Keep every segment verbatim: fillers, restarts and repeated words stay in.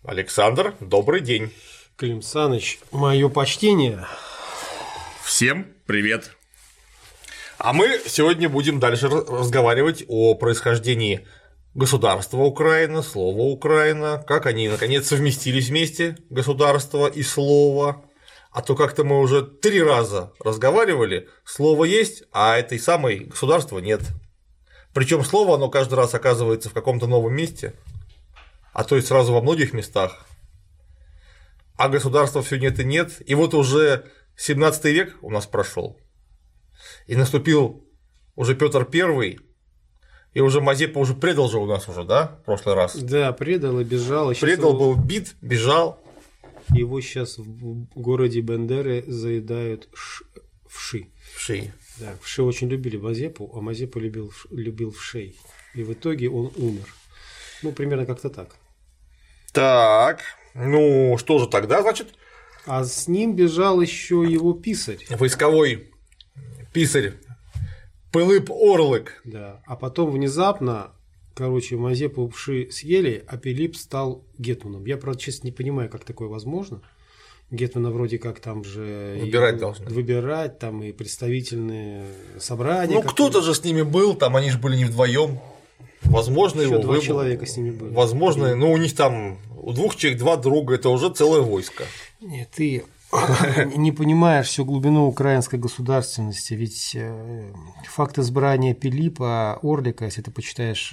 Александр, добрый день. Клим Саныч, мое почтение. Всем привет. А мы сегодня будем дальше разговаривать о происхождении государства Украина, слова Украина, как они наконец совместились вместе, государство и слово. А то как-то мы уже три раза разговаривали, слово есть, а этой самой государства нет. Причем слово, оно каждый раз оказывается в каком-то новом месте, а то и сразу во многих местах. А государства все нет и нет. И вот уже семнадцатый век у нас прошел, и наступил уже Петр Первый, и уже Мазепа уже предал же у нас уже, да, в прошлый раз? Да, предал и бежал. Предал, его... был бит, бежал. Его сейчас в городе Бендеры заедают ш... вши. Вши. Да, вши очень любили Мазепу, а Мазепа любил, любил вшей. И в итоге он умер. Ну, примерно как-то так. Так, ну что же тогда, значит? А с ним бежал еще его писарь. Войсковой писарь Пилип Орлик. Да. А потом внезапно, короче, Мазепу вши съели, а Пилип стал гетманом. Я, правда, честно не понимаю, как такое возможно. Гетмана вроде как там же выбирать должны. Выбирать, там и представительные собрания. Ну, кто-то же с ними был, там они же были не вдвоем. Возможно, еще его два выбор... человека с ними были. Возможно, ну у них там у двух человек два друга, это уже целое войско. Нет, ты не понимаешь всю глубину украинской государственности, ведь факт избрания Пилипа Орлика, если ты почитаешь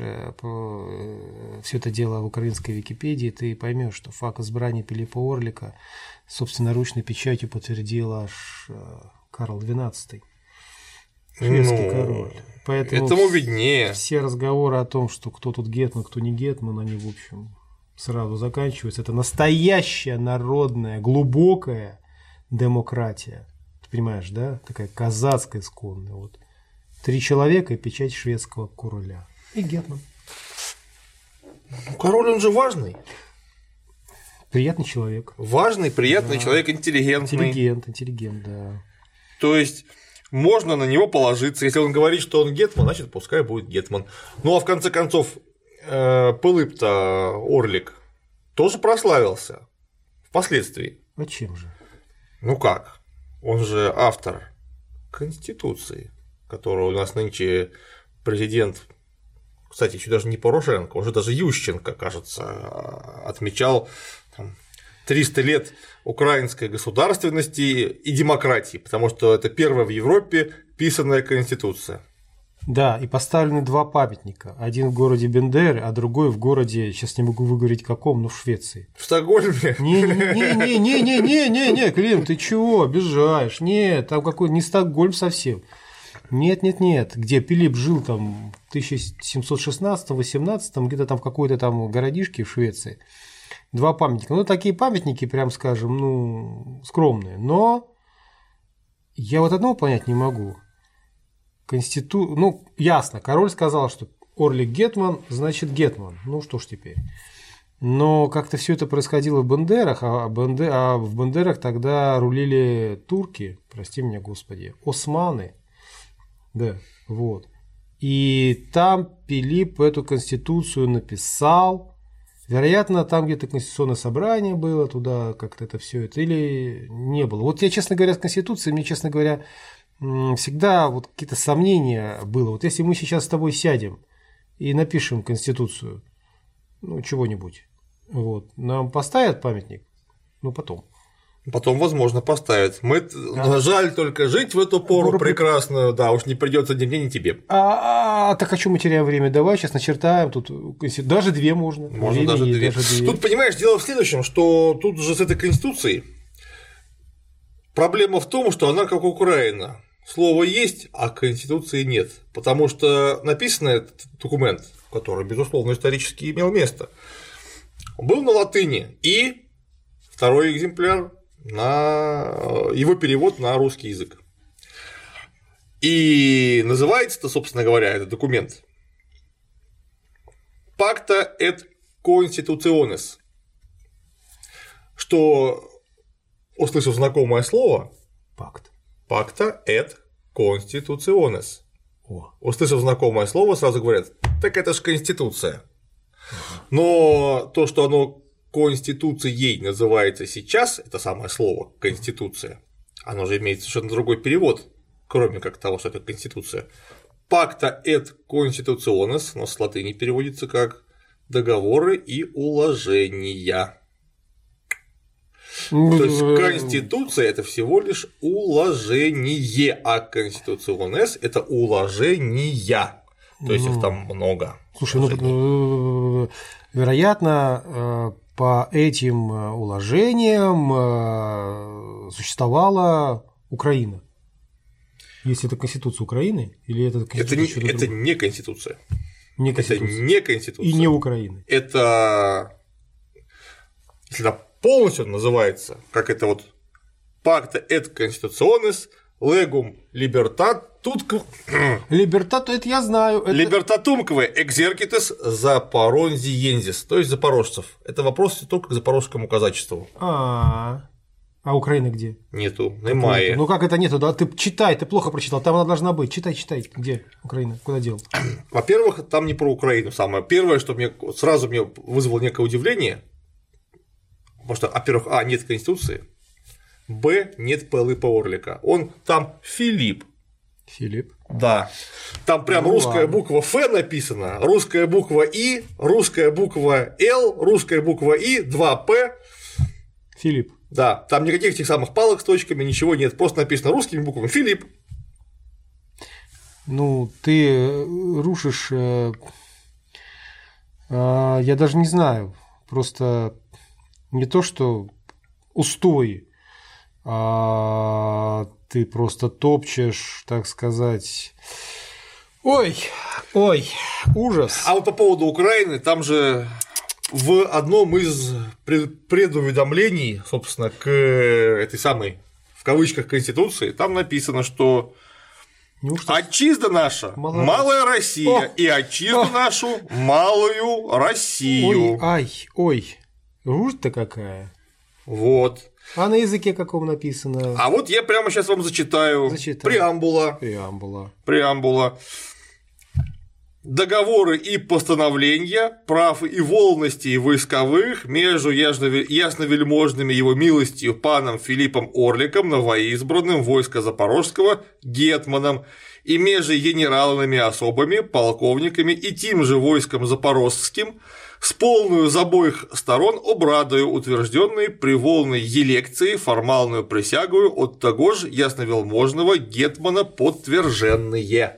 все это дело в украинской Википедии, ты поймешь, что факт избрания Пилипа Орлика собственноручной печатью подтвердил аж Карл двенадцатый. Шведский ну, король. Поэтому этому виднее. Все разговоры о том, что кто тут гетман, кто не гетман, они, в общем, сразу заканчиваются. Это настоящая народная, глубокая демократия. Ты понимаешь, да? Такая казацкая исконная. Вот. Три человека и печать шведского короля. И гетман. Ну, король, он же важный. Приятный человек. Важный, приятный да. человек, интеллигентный. Интеллигент, интеллигент, да. То есть можно на него положиться. Если он говорит, что он гетман, значит, пускай будет гетман. Ну, а в конце концов, Пилип-то Орлик тоже прославился впоследствии. А чем же? Ну как? Он же автор Конституции, которую у нас нынче президент, кстати, еще даже не Порошенко, уже даже Ющенко, кажется, отмечал там, триста лет украинской государственности и демократии, потому что это первая в Европе писанная конституция. Да, и поставлены два памятника. Один в городе Бендеры, а другой в городе, сейчас не могу выговорить каком, но в Швеции. В Стокгольме? Не-не-не-не-не-не-не, Клим, ты чего, обижаешь? Нет, там какой не Стокгольм совсем. Нет-нет-нет, где Пилип жил там в тысяча семьсот шестнадцатом-восемнадцатом, где-то там в какой-то там городишке в Швеции. Два памятника. Ну, такие памятники, прям скажем, ну, скромные. Но я вот одного понять не могу. Конститу... Ну, ясно, король сказал, что Орлик гетман, значит гетман. Ну, что ж теперь. Но как-то все это происходило в Бендерах, а, Бенде... а в Бендерах тогда рулили турки, прости меня, господи, османы. Да, вот. И там Пилип эту конституцию написал. Вероятно, там где-то конституционное собрание было, туда как-то это все это, или не было. Вот я, честно говоря, с Конституцией, мне, честно говоря, всегда вот какие-то сомнения было. Вот если мы сейчас с тобой сядем и напишем Конституцию, ну, чего-нибудь, вот, нам поставят памятник, ну, потом. Потом, возможно, поставят. Мы а? Жаль только жить в эту пору Пору... прекрасную, да, уж не придется ни мне, ни тебе. А, а так а что мы теряем время? Давай сейчас начертаем. Тут даже две можно. Можно даже две. даже две. Тут, понимаешь, дело в следующем, что тут же с этой конституцией проблема в том, что она как Украина. Слово есть, а конституции нет. Потому что написанный этот документ, который, безусловно, исторически имел место, был на латыни, и второй экземпляр на его перевод на русский язык. И называется-то, собственно говоря, этот документ Pacta et Constitutiones, что, услышав знакомое слово, Пакт. Pacta et Constitutiones, О. услышав знакомое слово, сразу говорят, так это ж Конституция. Но то, что оно Конституцией называется сейчас, это самое слово Конституция, оно же имеет совершенно другой перевод, кроме как того, что это Конституция. Pacta et constitutiones, но с латыни переводится как договоры и уложения. То есть Конституция – это всего лишь уложение, а конституционес – это уложения. То есть их там много. Слушай, ну, вероятно, по этим уложениям существовала Украина. Если это Конституция Украины или это Конституция? Это не, это не Конституция. Не Конституция. Это не Конституция. И не Украины. Это, если это полностью называется, как это вот Pacta et constitutiones legum libertatum Libertat, это я знаю. Это... libertatumque exercitus Запорожьенsis, то есть запорожцев. Это вопрос только к запорожскому казачеству. А, а Украина где? Нету, немає. Ну как это нету? Да ты читай, ты плохо прочитал. Там она должна быть. Читай, читай. Где Украина? Куда дел? Во-первых, там не про Украину самое. Первое, что мне сразу мне вызвало некое удивление, потому что, во-первых, а, нет Конституции, б, нет Пилипа Орлика. Он там Филипп. Филипп. Да. Там прям ну, русская ладно. буква Ф написана, русская буква И, русская буква Л, русская буква И, два П. Филипп. Да, там никаких этих самых палок с точками, ничего нет, просто написано русскими буквами Филипп. Ну, ты рушишь. Э, э, я даже не знаю, просто не то, что устои, а ты просто топчешь, так сказать. Ой, ой, ужас. А вот по поводу Украины, там же в одном из предуведомлений, собственно, к этой самой, в кавычках, Конституции, там написано, что Неужто... отчизна наша Малая, малая Россия, О! и отчизну О! нашу малую Россию. Ой, ай, ой, жуть-то какая. Вот. А на языке каком написано? А вот я прямо сейчас вам зачитаю. Зачитай. Преамбула. Преамбула. Преамбула. Договоры и постановления прав и волностей войсковых между ясновельможными его милостью паном Филиппом Орликом, новоизбранным войска Запорожского гетманом, и между генералами особами, полковниками и тем же войском запорожским, с полную з обоих сторон обрадою, утвержденной при волной елекции формальную присягую от того же ясновельможного гетмана подтвержденные.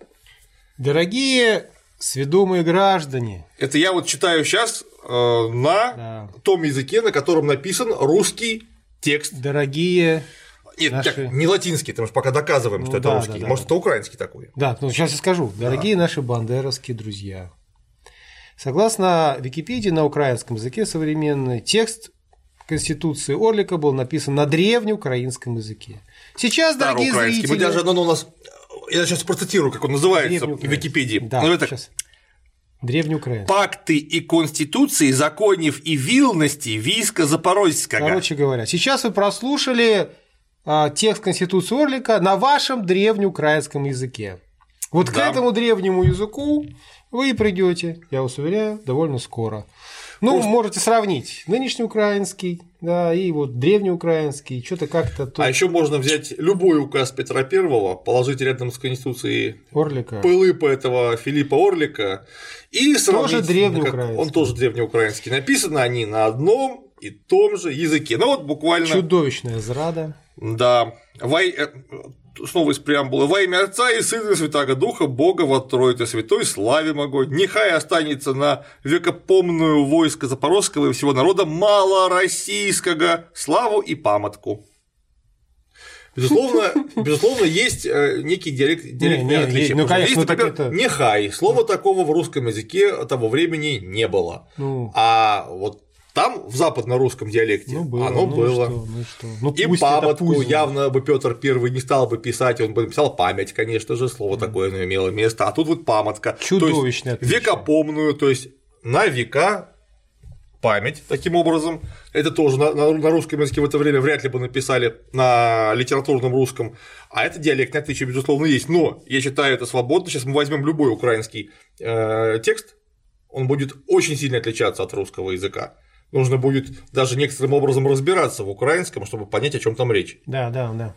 Дорогие сведомые граждане. Это я вот читаю сейчас э, на да. том языке, на котором написан русский текст. Дорогие. Нет, наши... так, не латинский, потому что пока доказываем, ну, что да, это русский. Да, да, Может, да. это украинский такой. Да, ну сейчас я скажу. Дорогие да. наши бандеровские друзья. Согласно Википедии, на украинском языке современный текст Конституции Орлика был написан на древнеукраинском языке. Сейчас, дорогие зрители... Мы даже оно у нас... Я сейчас процитирую, как он называется в Википедии. Да, ну, это... сейчас. Древнеукраинский. Пакты и конституции, законів и вільності війська Запорозького. Короче говоря, сейчас вы прослушали а, текст Конституции Орлика на вашем древнеукраинском языке. Вот да. к этому древнему языку вы придете, я вас уверяю, довольно скоро. Ну, Просто... можете сравнить нынешний украинский, да, и вот древнеукраинский, что-то как-то. Тут... А еще можно взять любой указ Петра Первого, положить рядом с Конституцией Орлика. Пилипа этого Филиппа Орлика и сравнить. Тоже древнеукраинский. Он тоже древнеукраинский. Написаны они на одном и том же языке. Ну вот буквально. Чудовищная зрада. Да. Вой... Снова из преамбулы. Во имя Отца и Сына и Святаго Духа, Бога во Тройце Святой, славим огонь. Нехай останется на векопомную войско Запорожского и всего народа малороссийского славу и памятку. Безусловно, безусловно, есть некий диалект, диалектное отличие. Ну, конечно, есть, например, это... нехай. Слова такого в русском языке того времени не было. Ну... А вот там в западно-русском диалекте ну, было, оно ну было. Что, ну что? Ну, и памятку явно бы Петр Первый не стал бы писать, он бы написал память, конечно же, слово mm. такое оно имело место. А тут вот памятка. Чудовищная. Векопомную, то есть на века память таким образом. Это тоже на, на, на русском языке в это время вряд ли бы написали на литературном русском. А это диалектное отличие, безусловно, есть. Но я считаю это свободно. Сейчас мы возьмем любой украинский э, текст, он будет очень сильно отличаться от русского языка. нужно будет даже некоторым образом разбираться в украинском, чтобы понять, о чем там речь. Да, да, да.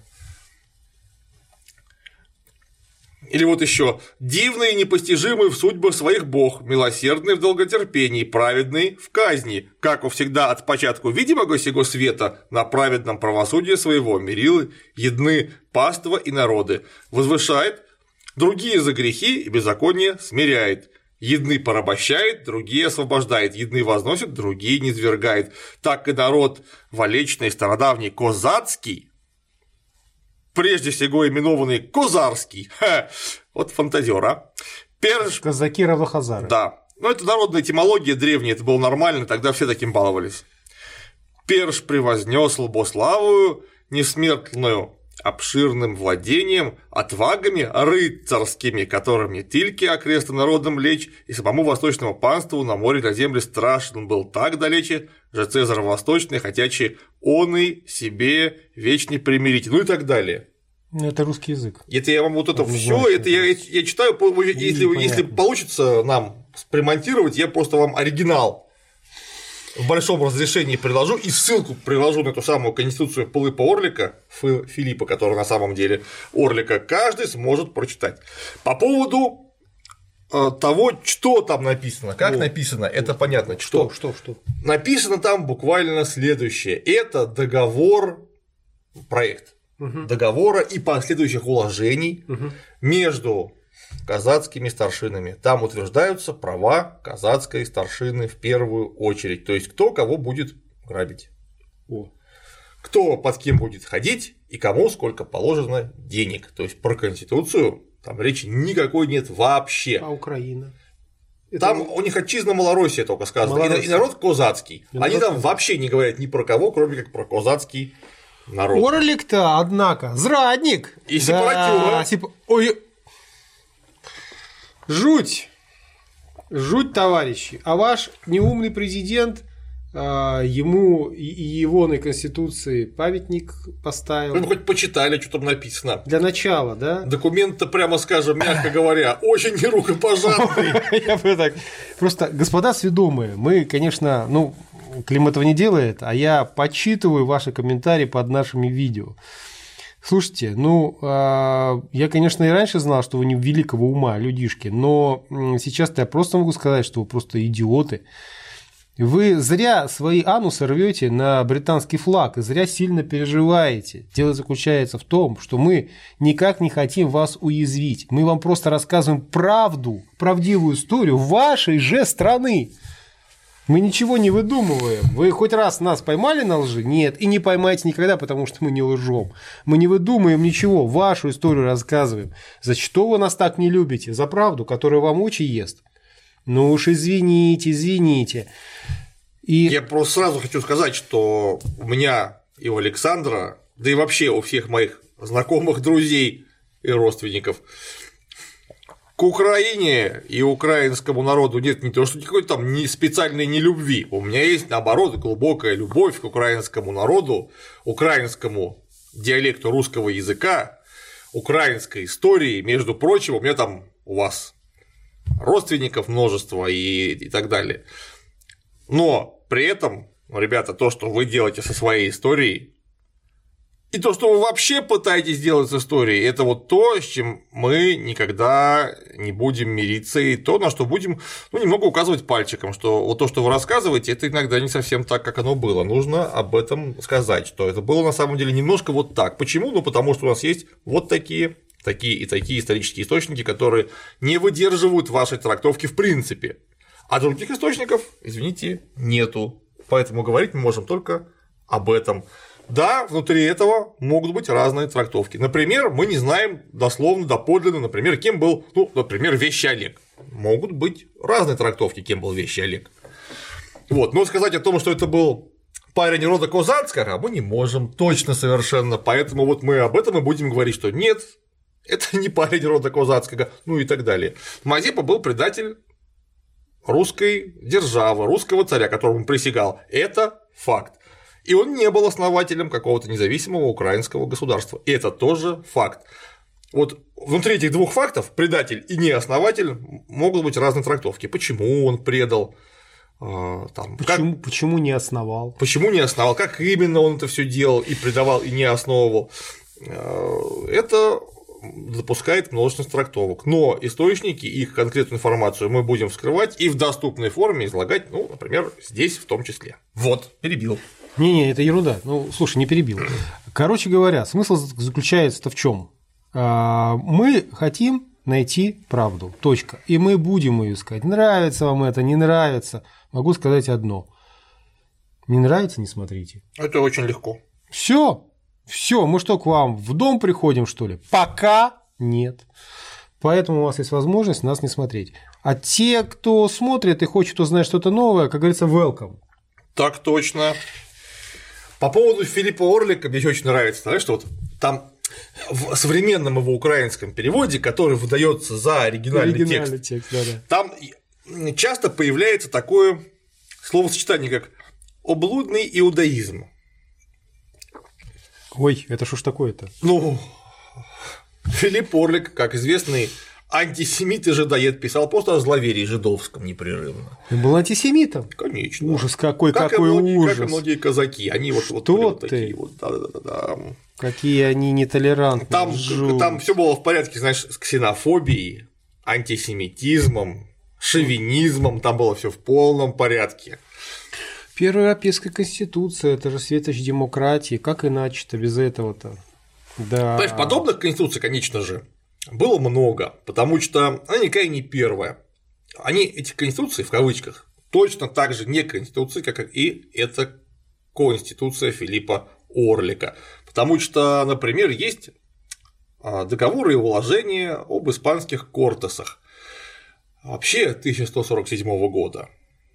Или вот еще «Дивный и непостижимый в судьбах своих Бог, милосердный в долготерпении, праведный в казни, как всегда от початку видимого сего света на праведном правосудии своего мирил едны паства и народы, возвышает, другие за грехи и беззаконие смиряет, едны порабощает, другие освобождает, едны возносит, другие низвергает, так и народ волечный стародавний козацкий, прежде всего именованный Козарский, ха, вот фантазера. Перш... Казаки равно хазары. Да, ну это народная этимология древняя, это было нормально, тогда все таким баловались. Перш превознес лбославую, несмертную, обширным владением, отвагами рыцарскими, которыми тильки окреста народом лечь, и самому восточному панству на море на земле страшен был так далече, же Цезарь восточный, хотячи он и себе вечный примирить, ну и так далее. Это русский язык. Это я вам вот это все, это я, я читаю, если, если получится нам примонтировать, я просто вам оригинал в большом разрешении приложу и ссылку приложу на эту самую конституцию Пилипа Орлика, Филиппа, который на самом деле Орлика, каждый сможет прочитать. По поводу того, что там написано, как О, написано, это понятно. Что, что, что? Написано там буквально следующее. Это договор, проект угу. договора и последующих уложений угу. между казацкими старшинами. Там утверждаются права казацкой старшины в первую очередь. То есть кто кого будет грабить. О. Кто под кем будет ходить и кому сколько положено денег. То есть про Конституцию там речи никакой нет вообще. А Украина? Там это... у них отчизна Малороссия только сказано. И, и народ козацкий. И Они народ... там вообще не говорят ни про кого, кроме как про козацкий народ. Орлик-то, однако, зрадник. И сепаратюра. Да, сеп... Ой. Жуть. Жуть, товарищи. А ваш неумный президент ему и его на Конституции памятник поставил. Вы хоть почитали, что там написано. Для начала, да? Документ-то, прямо скажем, мягко говоря, очень нерукопожатный. Я бы так. Просто, господа сведомые, мы, конечно, ну, Клим этого не делает, а я подсчитываю ваши комментарии под нашими видео. Слушайте, ну, я, конечно, и раньше знал, что вы не великого ума, людишки, но сейчас-то я просто могу сказать, что вы просто идиоты. Вы зря свои анусы рвете на британский флаг и зря сильно переживаете. Дело заключается в том, что мы никак не хотим вас уязвить. Мы вам просто рассказываем правду, правдивую историю вашей же страны. Мы ничего не выдумываем. Вы хоть раз нас поймали на лжи? Нет. И не поймаете никогда, потому что мы не лжем. Мы не выдумываем ничего. Вашу историю рассказываем. За что вы нас так не любите? За правду, которая вам очи ест. Ну уж извините, извините. И... Я просто сразу хочу сказать, что у меня и у Александра, да и вообще у всех моих знакомых, друзей и родственников к Украине и украинскому народу нет не то, что никакой там не специальной нелюбви. У меня есть, наоборот, глубокая любовь к украинскому народу, украинскому диалекту русского языка, украинской истории. Между прочим, у меня там у вас родственников множество и, и так далее. Но при этом, ребята, то, что вы делаете со своей историей, и то, что вы вообще пытаетесь делать с историей, это вот то, с чем мы никогда не будем мириться, и то, на что будем, ну, немного указывать пальчиком, что вот то, что вы рассказываете, это иногда не совсем так, как оно было. Нужно об этом сказать, что это было на самом деле немножко вот так. Почему? Ну, потому что у нас есть вот такие, такие и такие исторические источники, которые не выдерживают вашей трактовки в принципе. А других источников, извините, нету. Поэтому говорить мы можем только об этом. Да, внутри этого могут быть разные трактовки. Например, мы не знаем дословно, доподлинно, например, кем был, ну, например, Вещий Олег. Могут быть разные трактовки, кем был Вещий Олег. Вот. Но сказать о том, что это был парень рода Козацкого, мы не можем точно совершенно. Поэтому вот мы об этом и будем говорить, что нет, это не парень рода Козацкого, ну и так далее. Мазепа был предатель русской державы, русского царя, которому он присягал. Это факт. И он не был основателем какого-то независимого украинского государства. И это тоже факт. Вот внутри этих двух фактов, предатель и неоснователь, могут быть разные трактовки. Почему он предал Там, почему, как, почему не основал? Почему не основал? Как именно он это все делал и придавал, и не основывал? Это допускает множество трактовок. Но источники, их конкретную информацию мы будем вскрывать и в доступной форме излагать, ну, например, здесь в том числе. Вот, перебил. Не-не, это ерунда. Ну, слушай, не перебил. Короче говоря, смысл заключается-то в чем? Мы хотим найти правду. Точка. И мы будем ее искать. Нравится вам это, не нравится. Могу сказать одно. Не нравится, не смотрите. Это очень легко. Все. Все. Мы что, к вам в дом приходим, что ли? Пока нет. Поэтому у вас есть возможность нас не смотреть. А те, кто смотрит и хочет узнать что-то новое, как говорится, welcome. Так точно. По поводу Филиппа Орлика мне очень нравится, знаешь, что вот там в современном его украинском переводе, который выдается за оригинальный, оригинальный текст, текст да, да. Там часто появляется такое словосочетание, как «облудный иудаизм». Ой, это что ж такое-то? Ну, Филипп Орлик, как известный антисемит и жидоед, писал просто о зловерии жидовском непрерывно. Он был антисемитом? Конечно. Ужас какой, как какой и многие, ужас. Как и многие казаки, они вот, вот, вот такие вот. Да, да, да, да. Какие они нетолерантные. Там, там все было в порядке, знаешь, с ксенофобией, антисемитизмом, шовинизмом, там было все в полном порядке. Первая Европейская конституция, это же светоч демократии, как иначе-то без этого-то? Да. Понимаешь, подобных конституций, конечно же, было много, потому что она никакая не первая. Они, эти конституции, в кавычках, точно так же не конституции, как и эта конституция Филиппа Орлика. Потому что, например, есть договоры и уложения об испанских Кортесах. Вообще тысяча сто сорок седьмого года.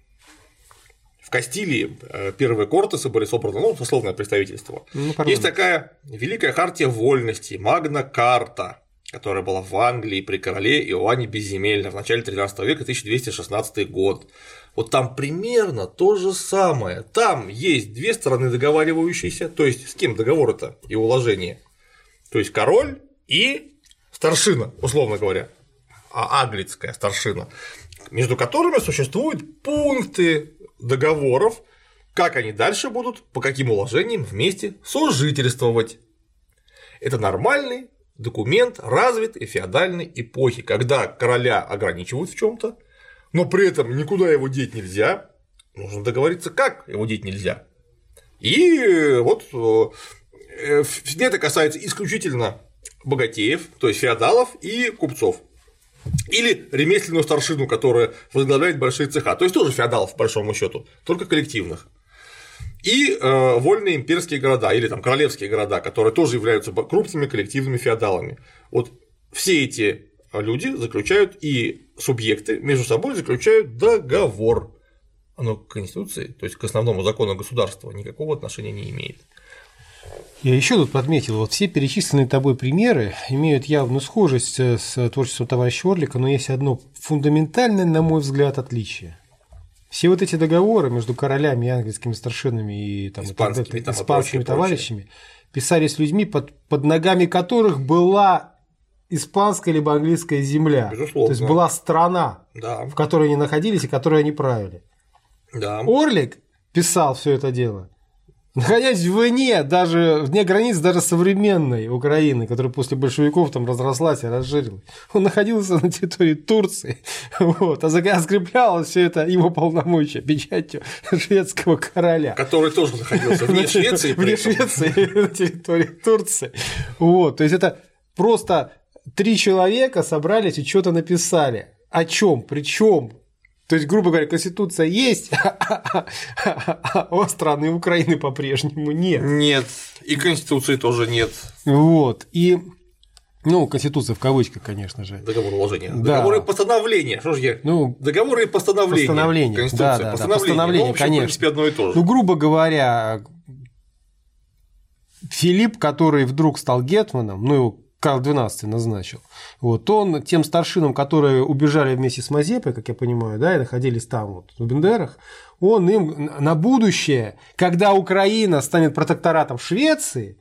В Кастилии первые Кортесы были собраны, ну, сословное представительство. Ну, есть такая Великая хартия вольности, Магна Карта, которая была в Англии при короле Иоанне Безземельном в начале тринадцатого века, тысяча двести шестнадцатый год. Вот там примерно то же самое. Там есть две стороны договаривающиеся, то есть с кем договор-то и уложение? То есть король и старшина, условно говоря, а аглицкая старшина, между которыми существуют пункты договоров, как они дальше будут, по каким уложениям вместе сожительствовать. Это нормальный документ развитой феодальной эпохи, когда короля ограничивают в чем-то, но при этом никуда его деть нельзя, нужно договориться, как его деть нельзя. И вот это касается исключительно богатеев, то есть феодалов и купцов. Или ремесленную старшину, которая возглавляет большие цеха, то есть тоже феодалов, по большому счету, только коллективных. И э, вольные имперские города, или там королевские города, которые тоже являются крупными коллективными феодалами. Вот все эти люди заключают, и субъекты между собой заключают договор. Оно к Конституции, то есть к основному закону государства, никакого отношения не имеет. Я еще тут подметил, вот все перечисленные тобой примеры имеют явную схожесть с творчеством товарища Орлика, но есть одно фундаментальное, на мой взгляд, отличие. Все вот эти договоры между королями и английскими старшинами и там, испанскими, и так, там, испанскими товарищами прочее. Писались людьми, под, под ногами которых была испанская либо английская земля. Безусловно. То есть была страна, да. в которой они находились и которую они правили. Да. Орлик писал все это дело, находясь вне, даже вне границ даже современной Украины, которая после большевиков там разрослась и расширилась. Он находился на территории Турции, вот, а скреплялось все это его полномочия печатью шведского короля. Который тоже находился вне Швеции. Вне Швеции, на территории Турции. Вот, то есть это просто три человека собрались и что-то написали. О чем? При чем? То есть, грубо говоря, Конституция есть, а у страны Украины по-прежнему нет. Нет. И Конституции тоже нет. Вот. И, ну, Конституция в кавычках, конечно же. Договор уложения. Да. Договоры и постановления. Что же я? Ну, договоры и постановления. Постановления. Конституция. Да, да, постановление. да. Постановление, ну, в общем, конечно. в принципе, одно и то же. Ну, грубо говоря, Филипп, который вдруг стал гетманом, ну, его Карл двенадцатый назначил. Вот, он тем старшинам, которые убежали вместе с Мазепой, как я понимаю, да, и находились там, вот, в Бендерах, он им на будущее, когда Украина станет протекторатом Швеции,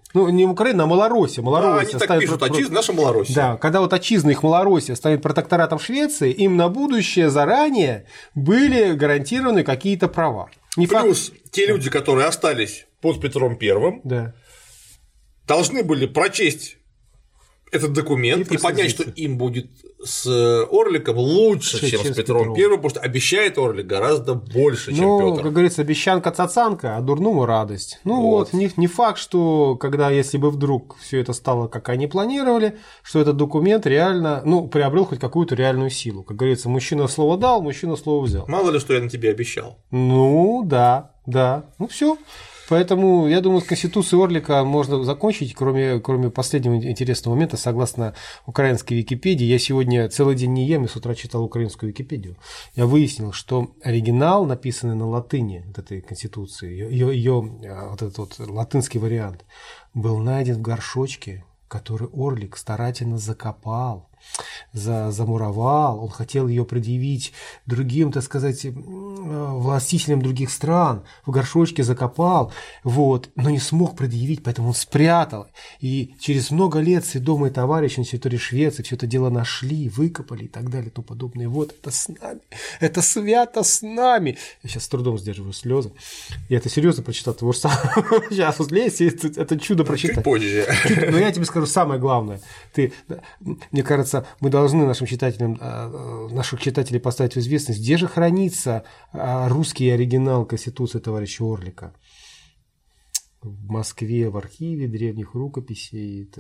Ну, не Украина, а Малороссия. Малороссия да, они так пишут, отчизна наша Малороссия. Да, когда вот отчизна их Малороссия станет протекторатом Швеции, им на будущее заранее были гарантированы какие-то права. Не Плюс факт... те люди, которые остались под Петром Первым, да. должны были прочесть этот документ и, и понять, что им будет с Орликом лучше, Шесть, чем с Петром, Петром Первым, потому что обещает Орлик гораздо больше, чем ну, Петр. Как говорится, обещанка цацанка, а дурному радость. Ну вот, вот не, не факт, что когда, если бы вдруг все это стало, как они планировали, что этот документ реально, ну, приобрел хоть какую-то реальную силу. Как говорится, мужчина слово дал, мужчина слово взял. Мало ли, что я на тебе обещал. Ну да, да. Ну все. Поэтому, я думаю, с Конституцией Орлика можно закончить, кроме, кроме последнего интересного момента, согласно украинской Википедии. Я сегодня целый день не ем и с утра читал украинскую Википедию. Я выяснил, что оригинал, написанный на латыни вот этой Конституции, ее, ее вот этот вот латынский вариант, был найден в горшочке, который Орлик старательно закопал, за, замуровал, он хотел ее предъявить другим, так сказать, властителям других стран, в горшочке закопал, вот, но не смог предъявить, поэтому он спрятал. И через много лет сведомые товарищи на территории Швеции все это дело нашли, выкопали и так далее и тому подобное. Вот это с нами, это свято с нами. Я сейчас с трудом сдерживаю слезы. Я это серьезно прочитал, ты можешь сам сейчас вот лезть и это чудо прочитать. Чуть позже. Но я тебе скажу самое главное. Ты, мне кажется, мы должны нашим читателям, наших читателей поставить в известность, где же хранится русский оригинал Конституции товарища Орлика. В Москве, в архиве древних рукописей.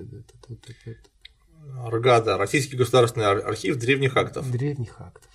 РГАДА, Российский государственный архив древних актов. Древних актов.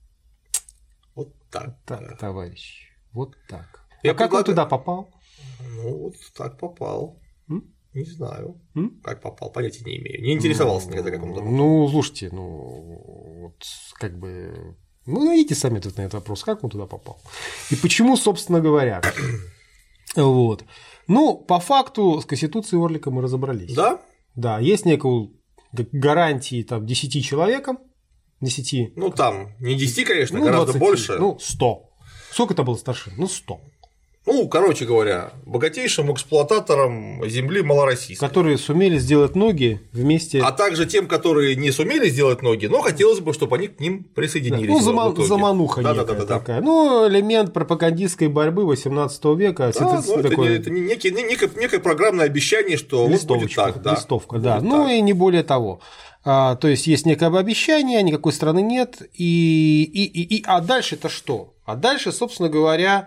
Вот так. Вот так, да. Товарищ. Вот так. Я а как предлагаю... он туда попал? Ну, вот так попал. М? Не знаю, М? как попал, понятия не имею. Не интересовался ну, никогда, как он попал. Ну, слушайте, ну, вот как бы... Ну, найдите сами тут на этот вопрос, как он туда попал. И почему, собственно говоря. Вот. Ну, по факту с Конституцией Орлика мы разобрались. Да? Да, есть некая гарантии там десяти человекам. десяти. Ну, там не десять, конечно, ну, гораздо двадцать, больше. Ну, сто. Сколько это было старшин? Ну, сто. Ну, короче говоря, богатейшим эксплуататорам земли малороссийской. Которые сумели сделать ноги вместе. А также тем, которые не сумели сделать ноги, но хотелось бы, чтобы они к ним присоединились. Да. Ну, зама- замануха да, некая да, да, да, такая. Ну, элемент пропагандистской борьбы восемнадцатого века. Да, это, ну, такое... это, это некий, некое, некое программное обещание, что вот будет так. Да. Листовка, да. Будет ну так. И не более того. А, то есть есть некое обещание, никакой страны нет. И, и, и, и... А дальше-то что? А дальше, собственно говоря,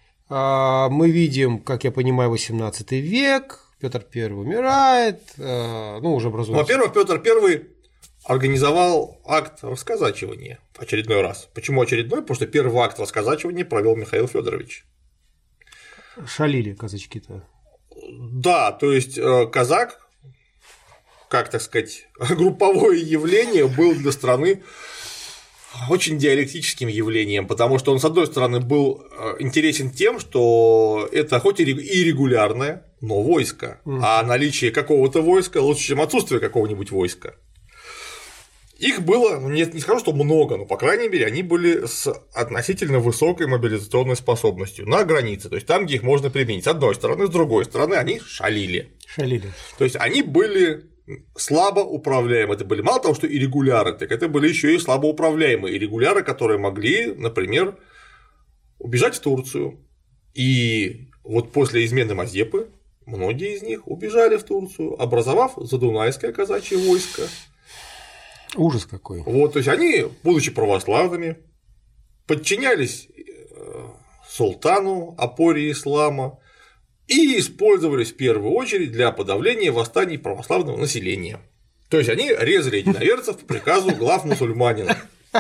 мы видим, как я понимаю, восемнадцатый век, Петр Первый умирает, ну, уже образуется. Во-первых, Петр Первый организовал акт расказачивания очередной раз. Почему очередной? Потому что первый акт расказачивания провел Михаил Федорович. Шалили казачки-то. Да, то есть казак, как, так сказать, групповое явление, был для страны очень диалектическим явлением, потому что он, с одной стороны, был интересен тем, что это хоть и регулярное, но войско, mm. а наличие какого-то войска лучше, чем отсутствие какого-нибудь войска. Их было, ну, не скажу, что много, но, по крайней мере, они были с относительно высокой мобилизационной способностью на границе, то есть там, где их можно применить, с одной стороны, с другой стороны, они шалили. Шалили. То есть они были слабо управляемые. Это были мало того, что иррегуляры, так это были еще и слабо управляемые иррегуляры, которые могли, например, убежать в Турцию. И вот после измены Мазепы многие из них убежали в Турцию, образовав Задунайское казачье войско. Ужас какой. Вот, то есть они, будучи православными, подчинялись султану, опоре ислама, и использовались в первую очередь для подавления восстаний православного населения. То есть они резали единоверцев по приказу глав мусульманина.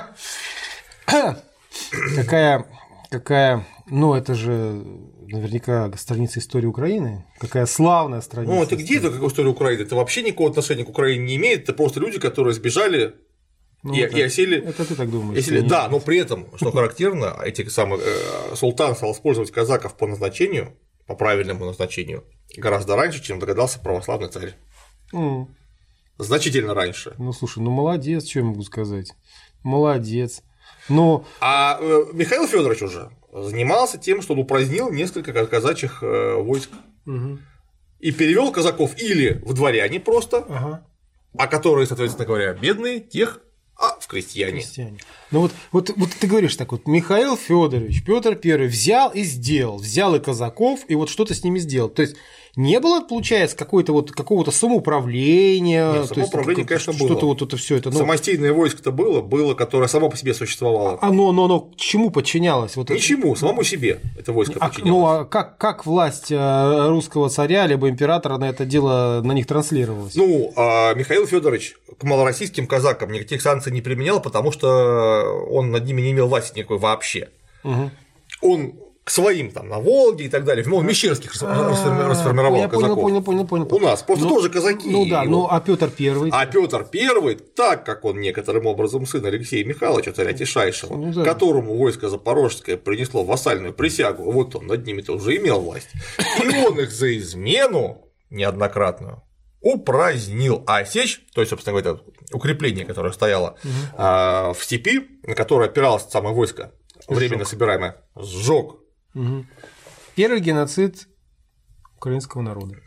Какая, какая, ну это же наверняка страница истории Украины, какая славная страница. Ну это где это какая история Украины? Это вообще никакого отношения к Украине не имеет, это просто люди, которые сбежали. Ну, и, это, и осели. Это ты так думаешь? Осели, да, но при этом, что характерно, эти самые э, султан стал использовать казаков по назначению. По правильному назначению гораздо раньше, чем догадался православный царь. Mm. Значительно раньше. Ну слушай, ну молодец, что я могу сказать. Молодец. Но... А э, Михаил Федорович уже занимался тем, что он упразднил несколько казачьих э, войск. Угу. и перевел казаков или в дворяне просто, Ага. а которые, соответственно говоря, бедные, тех а в крестьяне. Крестьяне. Ну вот, вот, вот ты говоришь так вот, Михаил Федорович, Петр Первый взял и сделал, взял и казаков, и вот что-то с ними сделал. То есть не было, получается, какой-то вот какого-то самоуправления. Нет, самоуправление, то есть, конечно, было. Что-то вот это все это. Ну, Самостийное войско-то было, было, которое само по себе существовало. оно, оно, оно к чему подчинялось? Вот Ничему, это... самому себе это войско а, подчинялось. Ну а как, как власть русского царя либо императора на это дело на них транслировалась? Ну, а Михаил Федорович к малороссийским казакам никаких санкций не применял, потому что он над ними не имел власти никакой вообще. Угу. Он к своим там на Волге и так далее, он Мещерских расформировал Я казаков. понял, понял, понял, понял. У нас просто ну, тоже казаки. Ну да, его. ну а Петр Первый. А Петр Первый, так как он некоторым образом сын Алексея Михайловича, царя Тишайшего, ну, да. которому войско Запорожское принесло вассальную присягу, вот он над ними-то уже имел власть, и он их за измену неоднократную упразднил, а сечь, то есть, собственно говоря, укрепление, которое стояло угу. а, в степи, на которое опиралось самое войско, временно сжёг. собираемое, сжег. Угу. Первый геноцид украинского народа.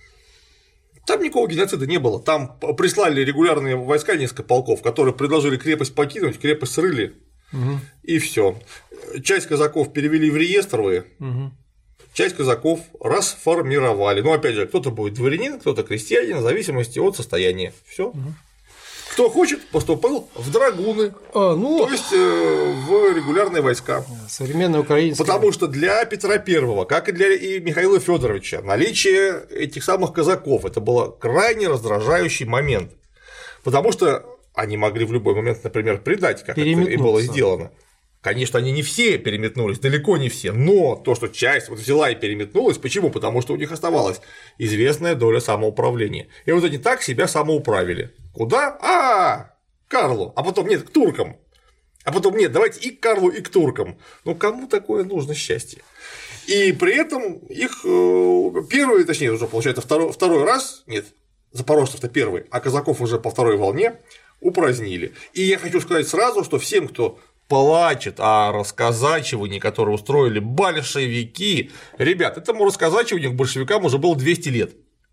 Там никакого геноцида не было. Там прислали регулярные войска, несколько полков, которые предложили крепость покинуть, крепость срыли, угу. и все. Часть казаков перевели в реестровые, угу. часть казаков расформировали. Ну, опять же, кто-то будет дворянин, кто-то крестьянин, в зависимости от состояния. Все. Угу. Кто хочет, поступил в драгуны, а, ну, то есть э, в регулярные войска. Современная украинская. Потому что для Петра Первого, как и для и Михаила Федоровича, наличие этих самых казаков это был крайне раздражающий момент. Потому что они могли в любой момент, например, предать, как это и было сделано. Конечно, они не все переметнулись, далеко не все, но то, что часть вот взяла и переметнулась, почему? Потому что у них оставалась известная доля самоуправления. И вот они так себя самоуправили. Куда? А, к Карлу, а потом нет, к туркам. А потом нет, давайте и к Карлу, и к туркам. Ну, кому такое нужно счастье? И при этом их первый, точнее, уже получается второй, второй раз, нет, запорожцев-то первый, а казаков уже по второй волне упразднили. И я хочу сказать сразу, что всем, кто плачет о расказачивании, которое устроили большевики. Ребят, этому расказачиванию к большевикам уже было двести лет.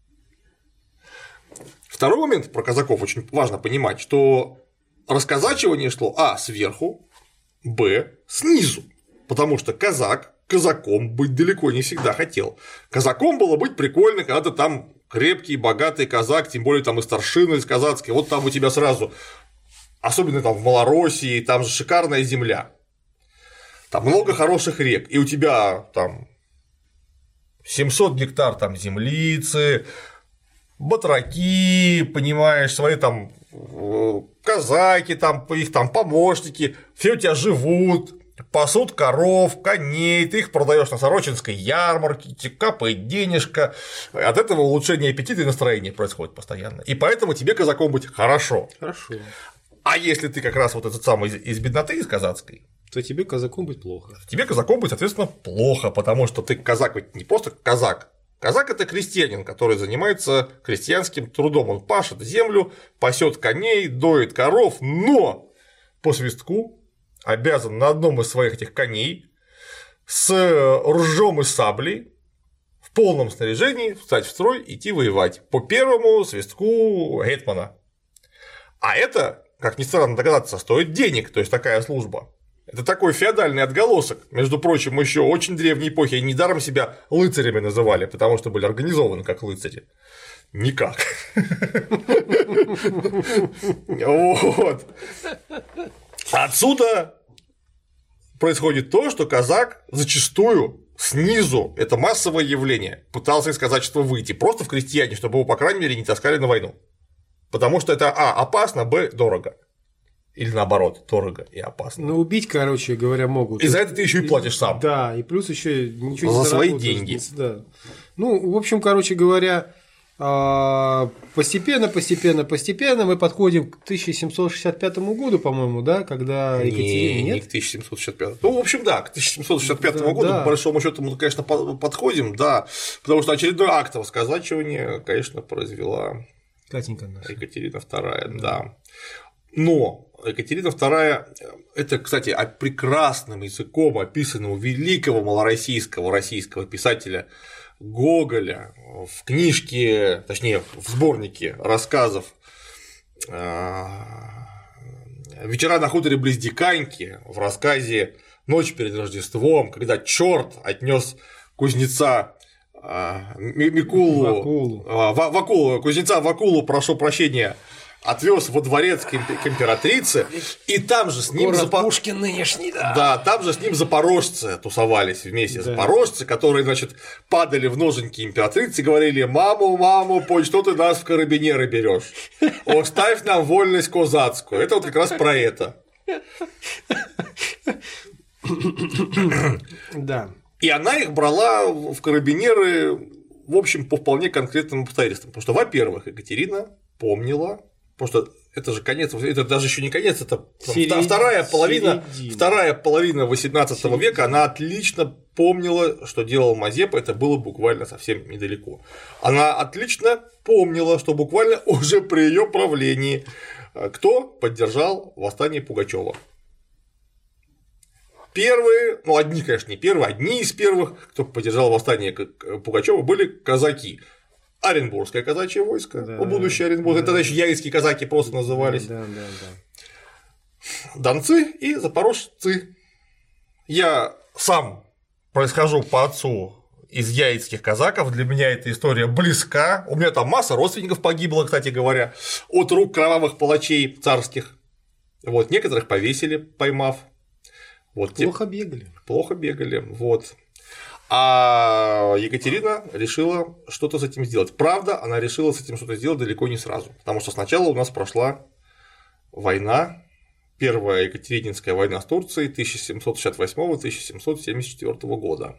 Второй момент про казаков очень важно понимать, что расказачивание шло а. сверху, б. снизу, потому что казак казаком быть далеко не всегда хотел. Казаком было быть прикольно, когда ты там крепкий, богатый казак, тем более там и старшина из казацкой, вот там у тебя сразу. Особенно там в Малороссии, там же шикарная земля. Там много хороших рек. И у тебя там семьсот гектар там землицы, батраки, понимаешь, свои там казаки, там, их там помощники, все у тебя живут, пасут коров, коней, ты их продаешь на Сорочинской ярмарке, тебе капает денежка. От этого улучшение аппетита и настроения происходит постоянно. И поэтому тебе казаком быть хорошо. Хорошо. А если ты как раз вот этот самый из бедноты, из казацкой, то тебе казаком быть плохо. Тебе казаком быть, соответственно, плохо, потому что ты казак ведь не просто казак. Казак – это крестьянин, который занимается крестьянским трудом. Он пашет землю, пасет коней, доит коров, но по свистку обязан на одном из своих этих коней с ружьем и саблей в полном снаряжении встать в строй, идти воевать по первому свистку гетмана. А это, как ни странно догадаться, стоит денег, то есть такая служба. Это такой феодальный отголосок, между прочим, еще очень древней эпохи, и недаром себя лыцарями называли, потому что были организованы как лыцари. Никак. Вот. Отсюда происходит то, что казак зачастую снизу, это массовое явление, пытался из казачества выйти просто в крестьяне, чтобы его, по крайней мере, не таскали на войну. Потому что это а. опасно, б. дорого. Или наоборот, дорого и опасно. Ну, убить, короче говоря, могут. И за это ты еще и платишь сам. Да, и плюс еще ничего за не свои деньги. Да. Ну, в общем, короче говоря, постепенно, постепенно, постепенно мы подходим к тысяча семьсот шестьдесят пятому году, по-моему, да, когда Екатерина. Не, нет? не к тысяча семьсот шестьдесят пятому. Ну, в общем, да, к тысяча семьсот шестьдесят пятому да, году, да. По большому счету, мы, конечно, подходим, да, потому что очередной акт расказачивания, конечно, произвела Катенька наша. Екатерина вторая, да. Но Екатерина вторая – это, кстати, прекрасным языком описанного великого малороссийского российского писателя Гоголя, в книжке, точнее, в сборнике рассказов «Вечера на хуторе близ Диканьки», в рассказе «Ночь перед Рождеством», когда черт отнес кузнеца Микулу, Вакулу. Вакулу, кузнеца Вакулу, прошу прощения, отвез во дворец к императрице, и там же с ним запо... Пушкин нынешний, да. Да, там же с ним запорожцы тусовались вместе, да. Запорожцы, которые, значит, падали в ноженьки императрицы и говорили: маму, маму, по что ты нас в карабинеры берешь? Оставь нам вольность козацкую. Это вот как раз про это. Да. И она их брала в карабинеры, в общем, по вполне конкретным обстоятельствам. Потому что, во-первых, Екатерина помнила, потому что это же конец, это даже еще не конец, это Серед... вторая половина, Середина. вторая половина восемнадцатого века, она отлично помнила, что делал Мазепа, это было буквально совсем недалеко. Она отлично помнила, что буквально уже при ее правлении кто поддержал восстание Пугачева. Первые, ну одни, конечно, не первые, одни из первых, кто поддержал восстание Пугачева, были казаки. Оренбургское казачье войско, да, будущее Оренбург, да, это тогда еще яицкие казаки просто назывались. Да, да, да. Донцы и запорожцы. Я сам происхожу по отцу из яицких казаков, для меня эта история близка. У меня там масса родственников погибло, кстати говоря, от рук кровавых палачей царских. Вот, некоторых повесили, поймав. Вот, плохо те... бегали. Плохо бегали. Вот. А Екатерина решила что-то с этим сделать. Правда, она решила с этим что-то сделать далеко не сразу. Потому что сначала у нас прошла война, первая Екатерининская война с Турцией тысяча семьсот шестьдесят восьмого — тысяча семьсот семьдесят четвёртого года.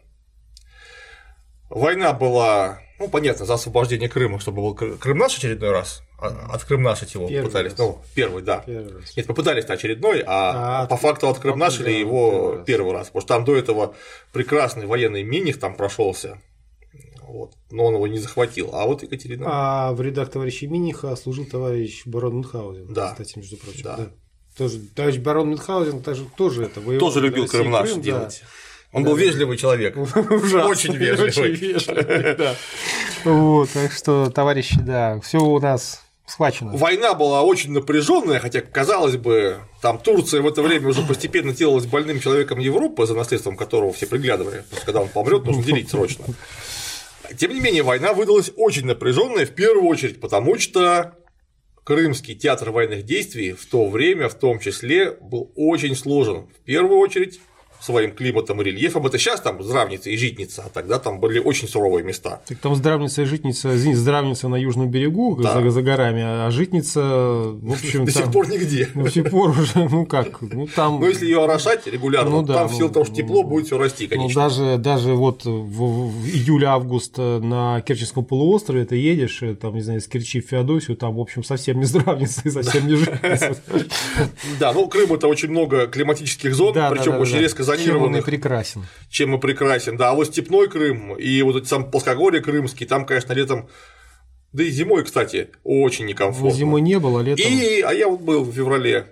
Война была, ну, понятно, за освобождение Крыма, чтобы был Крым наш очередной раз. От Крым-нашить его первый пытались. Раз. Ну, первый, да. Первый Нет, попытались-то очередной, а, а по факту от Крым-нашили да, его первый раз. первый раз. Потому что там до этого прекрасный военный Миних там прошелся. Вот, но он его не захватил. А вот Екатерина. А в рядах товарища Миниха служил товарищ барон Мюнхгаузен. Да. Кстати, между прочим. Да. Да. Тоже, товарищ барон Мюнхгаузен тоже, тоже это воевал. Тоже любил Крым-наш Крым, делать. Да. Он да, был вежливый человек. Ужасно, очень вежливый. Очень вежливый, да. Вот, так что, товарищи, да, все у нас схвачено. Война была очень напряженная, хотя, казалось бы, там Турция в это время уже постепенно делалась больным человеком Европы, за наследством которого все приглядывали. Потому что когда он помрет, нужно делить срочно. Тем не менее, война выдалась очень напряженная, в первую очередь, потому что Крымский театр военных действий в то время, в том числе, был очень сложен. В первую очередь, своим климатом и рельефом. Это сейчас там Здравница и Житница, а тогда там были очень суровые места. Так там Здравница и Житница, извините, Здравница на южном берегу, да. за, за горами, а Житница, в общем, до там, сих пор нигде. До сих пор уже, ну как, ну там. Но если ее орошать регулярно, ну, да, там в силу того, что тепло, будет все расти, конечно. Ну, даже, даже вот в, в июле-август на Керченском полуострове ты едешь, там, не знаю, с Керчи в Феодосию, там, в общем, совсем не Здравница и совсем не Житница. Да, ну Крым — это очень много климатических зон, причем очень резко чем он и прекрасен. Чем и прекрасен, да. А вот степной Крым и вот эти сам плоскогорье крымские, там, конечно, летом, да и зимой, кстати, очень некомфортно. Ну, зимой не было, летом. И, а я вот был в феврале.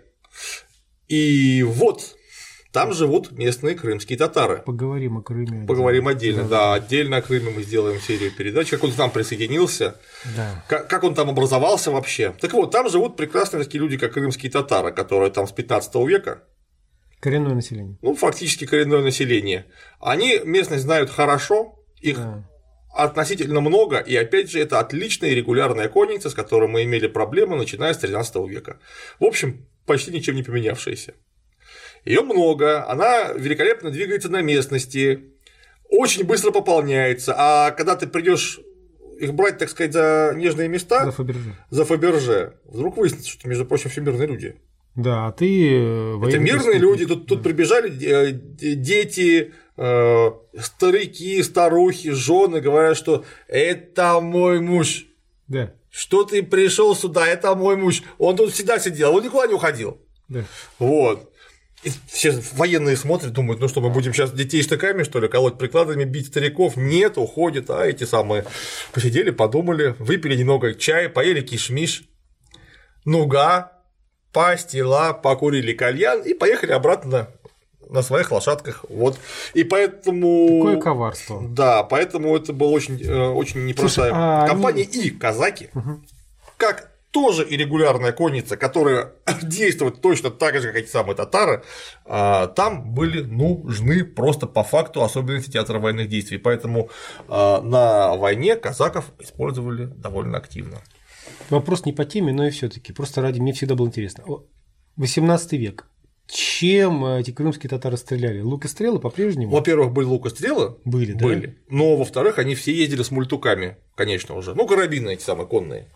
И вот там живут местные крымские татары. Поговорим о Крыме. Поговорим отдельно, да. да. Отдельно о Крыме мы сделаем серию передач, как он к нам присоединился, да. как, как он там образовался вообще. Так вот, там живут прекрасные такие люди, как крымские татары, которые там с пятнадцатого века. Коренное население. Ну, фактически коренное население. Они местность знают хорошо, их да. относительно много, и опять же, это отличная и регулярная конница, с которой мы имели проблемы, начиная с тринадцатого века. В общем, почти ничем не поменявшаяся. Ее много, она великолепно двигается на местности, очень быстро пополняется, а когда ты придешь их брать, так сказать, за нежные места, за Фаберже, за Фаберже вдруг выяснится, что, между прочим, все мирные люди. Да, а ты… Это мирные люди, тут, тут прибежали дети, старики, старухи, жены, говорят, что это мой муж. Да. Что ты пришел сюда, это мой муж. Он тут всегда сидел, он никуда не уходил. Да. Вот. И все военные смотрят, думают, ну что, мы будем сейчас детей штыками, что ли, колоть прикладами, бить стариков? Нет, уходит, а эти самые посидели, подумали, выпили немного чая, поели кишмиш, нуга, пастила, покурили кальян и поехали обратно на своих лошадках. Вот. И поэтому. Какое коварство. Да, поэтому это была очень, очень непростая Слушай, а компания. Они... И казаки, угу. как тоже и регулярная конница, которая действует точно так же, как эти самые татары, там были нужны просто по факту особенности театра военных действий. Поэтому на войне казаков использовали довольно активно. Вопрос не по теме, но и все-таки. Просто ради мне всегда было интересно. восемнадцатый век. Чем эти крымские татары стреляли? Лук и стрелы по-прежнему? Во-первых, были лук и стрелы. Были, да? Были. Но, во-вторых, они все ездили с мультуками, конечно уже. Ну, карабины эти самые конные.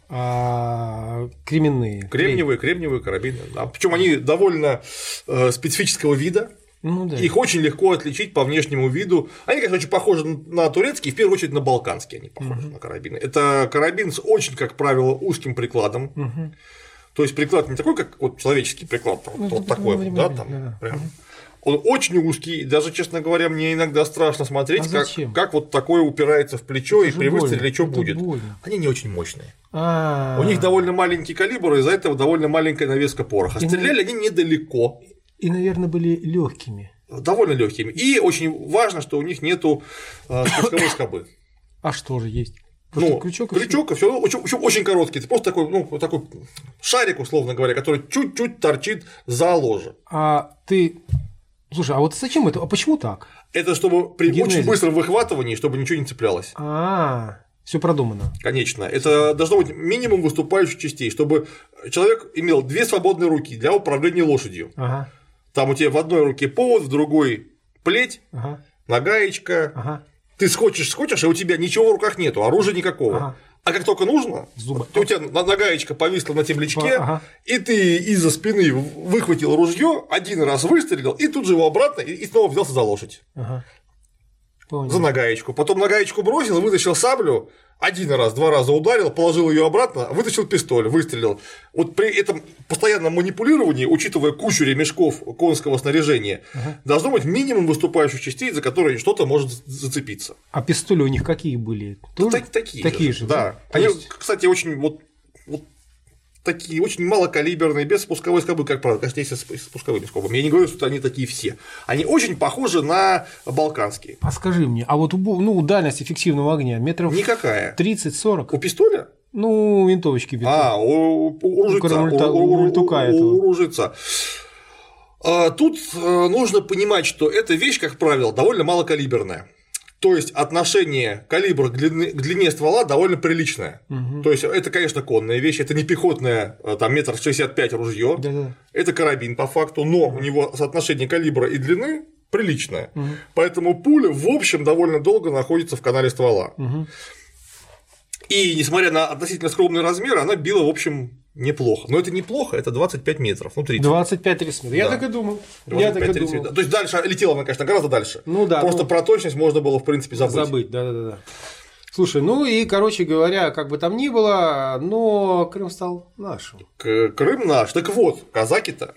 А кременные? Кремниевые, кремниевые карабины. Да. Причем они довольно э, специфического вида. Ну, да. Их очень легко отличить по внешнему виду. Они, конечно, очень похожи на турецкие, в первую очередь на балканские они похожи угу. на карабины. Это карабин с очень, как правило, узким прикладом. Угу. То есть приклад не такой, как вот человеческий приклад, ну, вот такой вот, да, там, да, прям. Угу. Он очень узкий, даже, честно говоря, мне иногда страшно смотреть, а как, как вот такое упирается в плечо, это и при выстреле что будет. Больно. Они не очень мощные. А-а-а. У них довольно маленький калибр, и из-за этого довольно маленькая навеска пороха. Стреляли они недалеко. И, наверное, были легкими. Довольно легкими. И очень важно, что у них нету э, спусковой скобы. А что же есть? Просто ну, крючок, и крючок, и все очень, очень короткий. Это просто такой, ну, такой шарик, условно говоря, который чуть-чуть торчит за ложе. А ты. Слушай, а вот зачем это? А почему так? Это чтобы при Генезис. Очень быстром выхватывании, чтобы ничего не цеплялось. А, все продумано. Конечно. Это должно быть минимум выступающих частей, чтобы человек имел две свободные руки для управления лошадью. Ага. Там у тебя в одной руке повод, в другой плеть, ага. нагаечка. Ага. Ты скочишь, скочишь, а у тебя ничего в руках нету, оружия никакого. Ага. А как только нужно, Зубы. у тебя нагаечка повисла на темлячке, ага. и ты из-за спины выхватил ружье, один раз выстрелил, и тут же его обратно, и снова взялся за лошадь. Ага. За нагаечку. Потом нагаечку бросил, вытащил саблю, один раз, два раза ударил, положил ее обратно, вытащил пистоль, выстрелил. Вот при этом постоянном манипулировании, учитывая кучу ремешков конского снаряжения, ага. должно быть минимум выступающих частей, за которые что-то может зацепиться. А пистоли у них какие были? Тоже? Так, такие, такие же, же. Да. да? Они, есть... кстати, очень вот, вот такие очень малокалиберные, без спусковой скобы, как правило, конечно, есть с спусковыми скобами. Я не говорю, что они такие все. Они очень похожи на балканские. А скажи мне, а вот ну, дальность эффективного огня метров никакая. тридцать-сорок? У пистоля? Ну, винтовочки бьют. А, у, у ружица. У, у, рультука у, у, у ружица. А, тут нужно понимать, что эта вещь, как правило, довольно малокалиберная. То есть отношение калибра к длине, к длине ствола довольно приличное. Угу. То есть это, конечно, конная вещь, это не пехотное, там, метр шестьдесят пять ружье, да-да. Это карабин по факту, но у него соотношение калибра и длины приличное. Угу. Поэтому пуля, в общем, довольно долго находится в канале ствола. Угу. И несмотря на относительно скромный размер, она била, в общем, неплохо. Но это неплохо, это двадцать пять метров, ну тридцать. двадцать пять-тридцать метров. Я да. так и думал. Я так и думал. Метров. То есть дальше летела она, конечно, гораздо дальше. Ну да. Просто ну, про точность можно было, в принципе, забыть. Забыть, да, да, да. Слушай, ну и, короче говоря, как бы там ни было, но Крым стал нашим. К- Крым наш. Так вот, казаки-то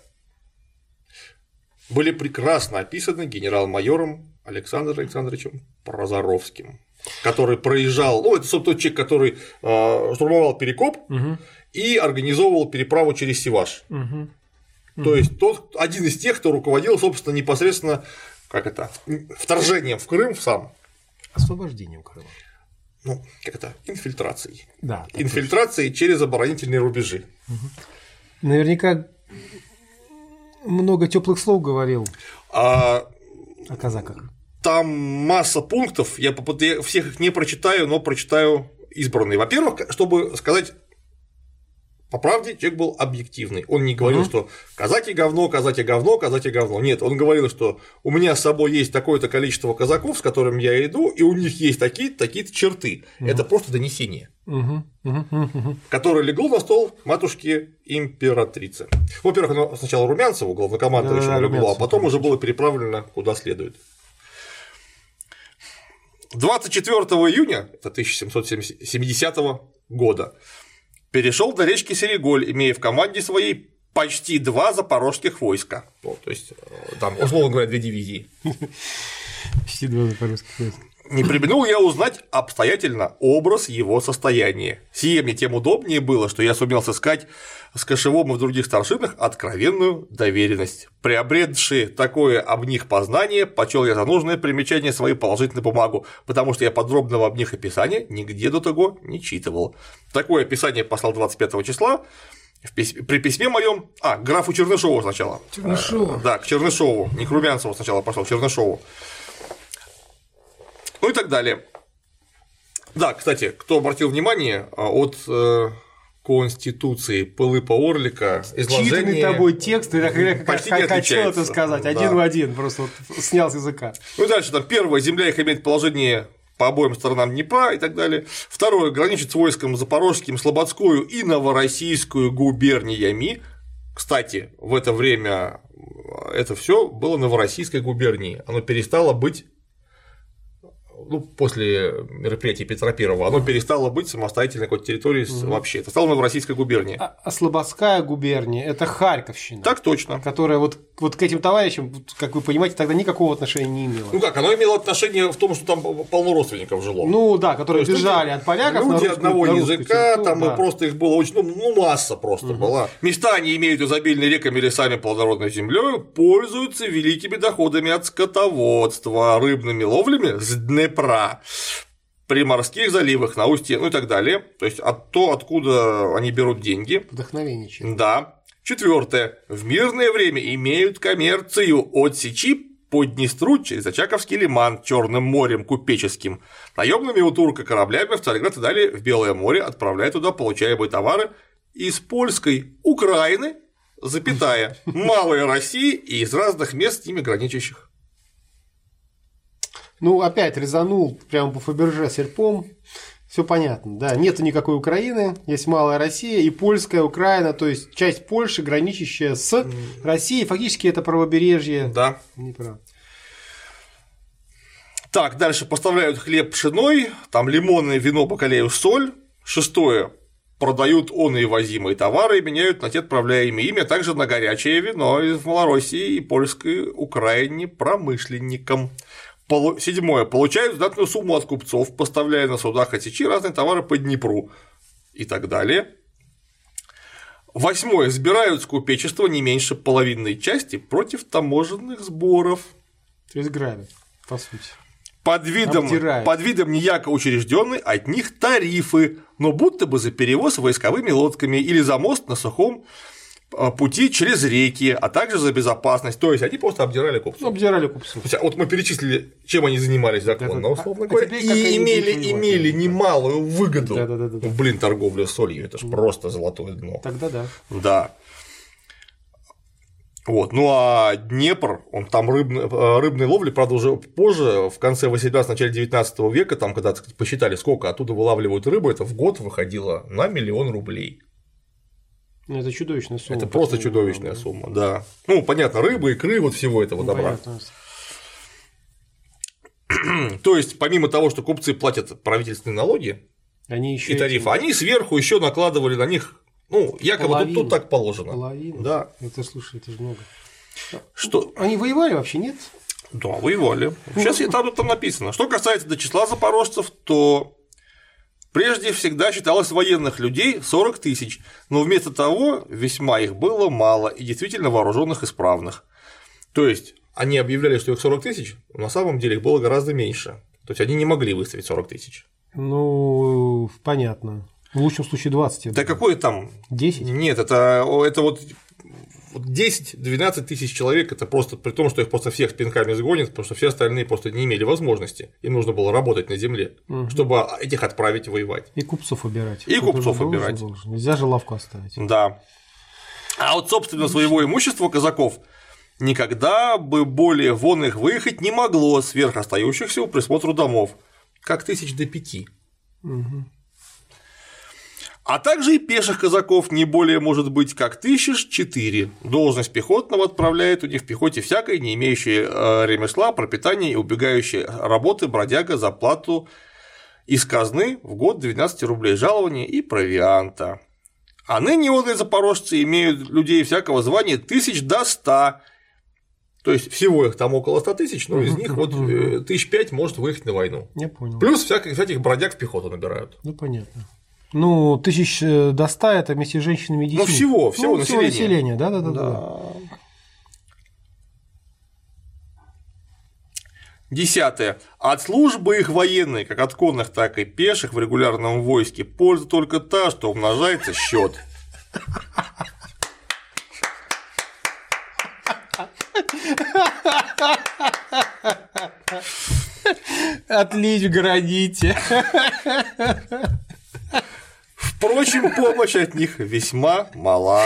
были прекрасно описаны генерал-майором Александром Александровичем Прозоровским, который проезжал, ну, это, собственно, тот человек, который э, штурмовал Перекоп угу. и организовывал переправу через Севаш. Угу. Угу. То есть тот один из тех, кто руководил, собственно, непосредственно как это, вторжением в Крым в сам. Освобождением Крыма. Ну, как это, инфильтрацией. Да. Инфильтрацией точно. Через оборонительные рубежи. Угу. Наверняка много теплых слов говорил а... о казаках. Там масса пунктов, я всех их не прочитаю, но прочитаю избранные. Во-первых, чтобы сказать по правде, человек был объективный. Он не говорил, uh-huh. что казаки говно, казаки говно, казаки говно. Нет, он говорил, что у меня с собой есть такое-то количество казаков, с которыми я иду, и у них есть такие-то, такие-то черты. Uh-huh. Это просто донесение, uh-huh. Uh-huh. Uh-huh. которое легло на стол матушки императрицы. Во-первых, оно сначала Румянцеву, главнокомандующему, да, легло, а потом уже было переправлено куда следует. двадцать четвёртого июня тысяча семьсот семидесятого года перешел до речки Сереголь, имея в команде своей почти два запорожских войска. Ну, то есть, там, условно говоря, две дивизии. Почти два запорожских войска. Не преминул я узнать обстоятельно образ его состояния. Сие мне тем удобнее было, что я сумел сыскать с кошевом и в других старшинах откровенную доверенность. Приобретшие такое об них познание, почел я за нужное примечание свои положить на бумагу, потому что я подробного об них описания нигде до того не читывал. Такое описание послал двадцать пятого числа. В письме, при письме моем, а, к графу Чернышову сначала. Чернышову. А, да, к Чернышову, не к Румянцеву сначала пошел, к Чернышову. Ну и так далее. Да, кстати, кто обратил внимание, от э, Конституции Пилипа Орлика изложение читанный тобой текст, я почти как не хотел это сказать, да. один в один, просто вот снял с языка. Ну и дальше, там, первое, земля их имеет положение по обоим сторонам Днепра и так далее. Второе, граничит с войском Запорожским, Слободскую и Новороссийскую губерниями. Кстати, в это время это все было Новороссийской губернией, оно перестало быть. Ну, после мероприятий Петра Первого оно перестало быть самостоятельной какой-то территорией угу. вообще. Это стало Новороссийская губерния. А, а Слободская губерния – это Харьковщина. Так точно. Которая вот, вот к этим товарищам, как вы понимаете, тогда никакого отношения не имела. Ну как, оно имело отношение в том, что там полно родственников жило. Ну да, которые бежали от поляков. Люди на русскую, одного на языка, там да. просто их было очень, ну, ну масса просто угу. была. Места они имеют изобильные реками, лесами, плодородной землей, пользуются великими доходами от скотоводства, рыбными ловлями с Днепра. При морских заливах, на устье, ну и так далее. То есть от то, откуда они берут деньги. Вдохновение. Да. Четвертое. В мирное время имеют коммерцию от Сечи по Днестру через Очаковский лиман, Черным морем купеческим, наемными у турка кораблями в Царьград и далее в Белое море, отправляя туда получаемые товары из польской Украины, запятая, Малой России и из разных мест с ними граничащих. Ну, опять резанул прямо по Фаберже серпом. Все понятно, да. Нету никакой Украины, есть Малая Россия и польская Украина, то есть часть Польши, граничащая с Россией. Фактически это правобережье. Да. Днепра. Так, дальше поставляют хлеб пшеной, там лимонное вино, бакалею, соль. Шестое. Продают он и возимые товары и меняют на те отправляемые ими, а также на горячее вино из Малороссии и польской Украине промышленникам. Седьмое. Получают знатную сумму от купцов, поставляя на судах от Сечи разные товары по Днепру и так далее. Восьмое. Сбирают с купечества не меньше половинной части против таможенных сборов. То есть грабят, по сути. Под видом, под видом неяко учрежденной от них тарифы, но будто бы за перевоз войсковыми лодками или за мост на сухом пути через реки, а также за безопасность. То есть они просто обдирали купцов. Обдирали купцов. Вот мы перечислили, чем они занимались законно, условно говоря, а и имели, имели немалую выгоду. Да, да, да, да. Блин, торговля солью, это ж просто золотое дно. Тогда да. Да. Вот. Ну а Днепр, он там рыбной, рыбной ловли, правда, уже позже, в конце восемнадцатого, начале девятнадцатого века, там, когда, так сказать, посчитали, сколько оттуда вылавливают рыбу, это в год выходило на миллион рублей. Ну, это чудовищная сумма. Это просто чудовищная сумма, да. Ну, понятно, рыбы, икры, вот всего этого ну, добра. Понятно. То есть, помимо того, что купцы платят правительственные налоги они еще и тарифы, эти... они сверху еще накладывали на них, ну, якобы тут, тут так положено. Половину. Да. Это, слушай, это же много. Что? Они воевали вообще, нет? Да, воевали. Сейчас ну, там, там написано. Что касается до числа запорожцев, то прежде всегда считалось военных людей сорок тысяч, но вместо того весьма их было мало и действительно вооруженных исправных. То есть они объявляли, что их сорок тысяч, но на самом деле их было гораздо меньше. То есть они не могли выставить сорок тысяч. Ну, понятно. В лучшем случае двадцать. Да какое там? десять? Нет, это, это вот десять-двенадцать тысяч человек, это просто при том, что их просто всех пинками сгонят, потому что все остальные просто не имели возможности. Им нужно было работать на земле, угу. чтобы этих отправить воевать. И купцов убирать. И купцов убирать. Нельзя же лавку оставить. Да. А вот, собственно, своего имущества казаков никогда бы более вон их выехать не могло сверх остающихся у присмотру домов, как тысяч до пяти. Угу. А также и пеших казаков не более может быть, как тысячи четыре. Должность пехотного отправляет у них в пехоте всякой, не имеющей ремесла, пропитания и убегающей работы бродяга за плату из казны в год двенадцать рублей жалования и провианта. А ныне оные запорожцы имеют людей всякого звания тысяч до ста, То есть всего их там около ста тысяч, но из них вот тысяч пять может выехать на войну. Я понял. Плюс всяких, всяких бродяг в пехоту набирают. Ну, понятно. Ну, тысяч до ста это вместе с женщинами и детьми. Ну, всего, всего ну, населения. Всего населения, да, да, да. да. да. Десятое. От службы их военной, как от конных, так и пеших в регулярном войске, польза только та, что умножается счет. Отлить в граните. Впрочем, помощь от них весьма мала.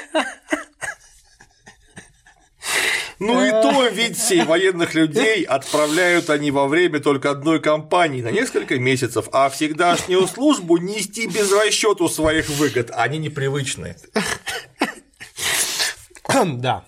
Ну и то, видите, военных людей отправляют они во время только одной кампании на несколько месяцев, а всегдашнюю службу нести без расчету своих выгод. Они непривычны. Да.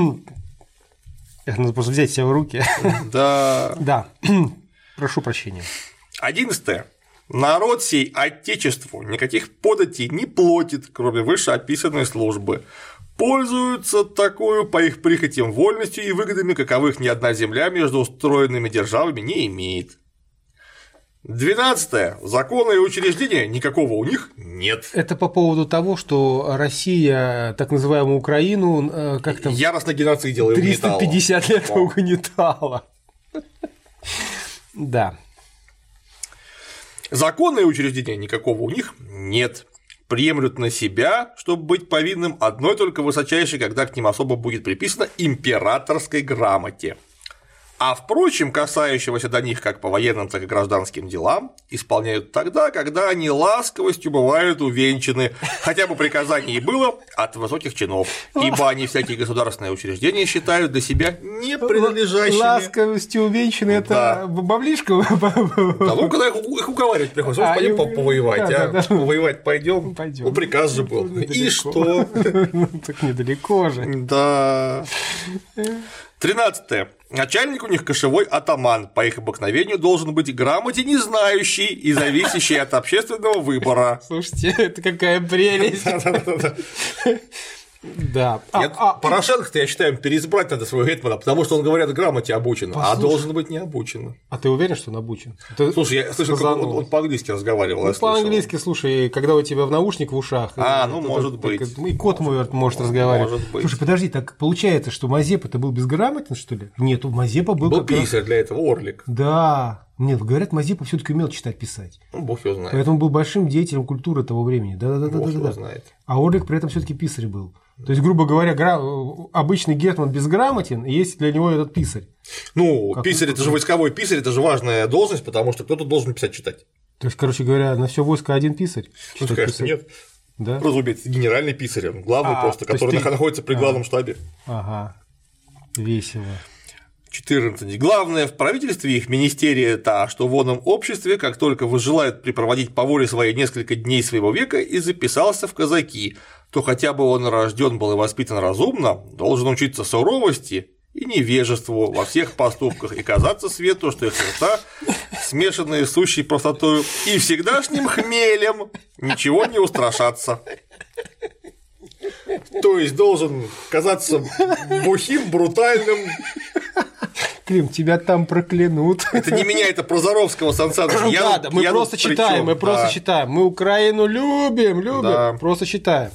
Надо просто взять себя в руки. Да. Да. Прошу прощения. Одиннадцатое. Народ сей отечеству никаких податей не платит, кроме вышеописанной службы. Пользуются такую по их прихотям вольностью и выгодами, каковых ни одна земля между устроенными державами не имеет. Двенадцатое. Законы и учреждения никакого у них нет. Это по поводу того, что Россия, так называемую Украину, как-то яростно геноцидила и угнетала. триста пятьдесят лет Вау. угнетала. Да. Законы и учреждения никакого у них нет. Приемлют на себя, чтобы быть повинным одной только высочайшей, когда к ним особо будет приписано императорской грамоте. А впрочем, касающегося до них как по военным, так и гражданским делам, исполняют тогда, когда они ласковостью бывают увенчаны, хотя бы приказание и было от высоких чинов, ибо они всякие государственные учреждения считают для себя не принадлежащими. Ласковостью увенчаны – это да. баблишка? Да, ну, когда их, их уговаривать приходится, а, пойдем и... повоевать, да, а да, да. Воевать пойдем. Ну, приказ же был. И что? Так недалеко же. Да. Тринадцатое. Начальник у них кошевой атаман, по их обыкновению должен быть грамоте не знающий и зависящий от общественного выбора. Слушайте, это какая прелесть. Да. Нет, а, Порошенко-то, я считаю, переизбрать надо своего гетмана, потому что он, говорят, грамоте обучен, Послушай, а должен быть не обучен. А ты уверен, что он обучен? Ты слушай, я слышал, как он, он по-английски разговаривал. Ну, по-английски, слушай, когда у тебя в наушник в ушах. А, ну, может быть. Так, и кот мой может разговаривать. Может быть. Слушай, подожди, так получается, что Мазепа-то был безграмотен, что ли? Нет, Мазепа был. Был писарь для этого, Орлик. Да. Нет, говорят, Мазепа все-таки умел читать, писать. Ну, бог его знает. Поэтому был большим деятелем культуры того времени. Да, да, да, бог да, его да. знает. А Орлик при этом все-таки писарь был. То есть, грубо говоря, гра... обычный гетман безграмотен, и есть для него этот писарь. Ну, как писарь – это же войсковой писарь, это же важная должность, потому что кто-то должен писать, читать. То есть, короче говоря, на все войско один писарь? Ну, конечно, писарь? Нет. Да? Разумеется, генеральный писарь, он главный а, просто, который ты... находится при главном а. штабе. Ага, весело. четырнадцать. Главное в правительстве их министерия та, что в оном обществе, как только возжелает припроводить по воле своей несколько дней своего века и записался в казаки, то хотя бы он рожден был и воспитан разумно, должен учиться суровости и невежеству во всех поступках и казаться свету, что их сердца, смешанные с сущей простотою и всегдашним хмелем, ничего не устрашаться. То есть должен казаться бухим, брутальным. Клим, тебя там проклянут. Это не меня, это Прозоровского Санцана. Я, да, мы просто читаем, мы просто читаем. Мы Украину любим, любим, да. Просто читаем.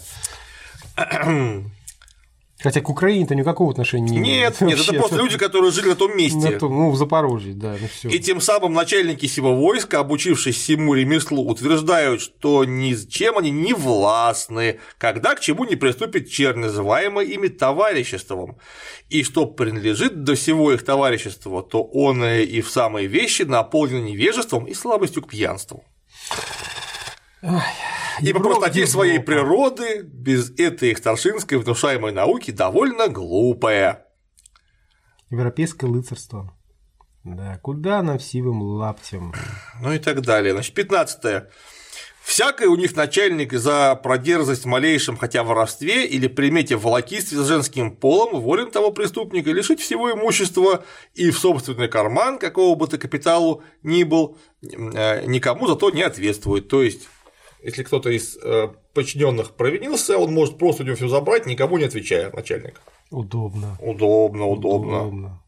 Хотя к Украине-то никакого отношения не имеет. Нет, нет, это просто люди, которые жили на том месте. На том, ну, в Запорожье, да, ну всё. И тем самым начальники сего войска, обучившись всему ремеслу, утверждают, что ни с чем они не властны, когда к чему не приступит чернь, называемое ими товариществом, и что принадлежит до всего их товарищества, то он и в самые вещи наполнен невежеством и слабостью к пьянству. Ой. Ибо по простоте своей природы без этой их старшинской внушаемой науки довольно глупая. Европейское рыцарство. Да, куда нам сивым лаптем? Ну и так далее. Значит, пятнадцатое. Всякий у них начальник за продерзость в малейшем хотя воровстве или примете волокитстве с женским полом волен того преступника лишить всего имущества и в собственный карман, какого бы то капиталу ни был, никому зато не ответствует. То есть, если кто-то из подчиненных провинился, он может просто у него все забрать, никому не отвечая, начальник. Удобно. Удобно, удобно. Удобно.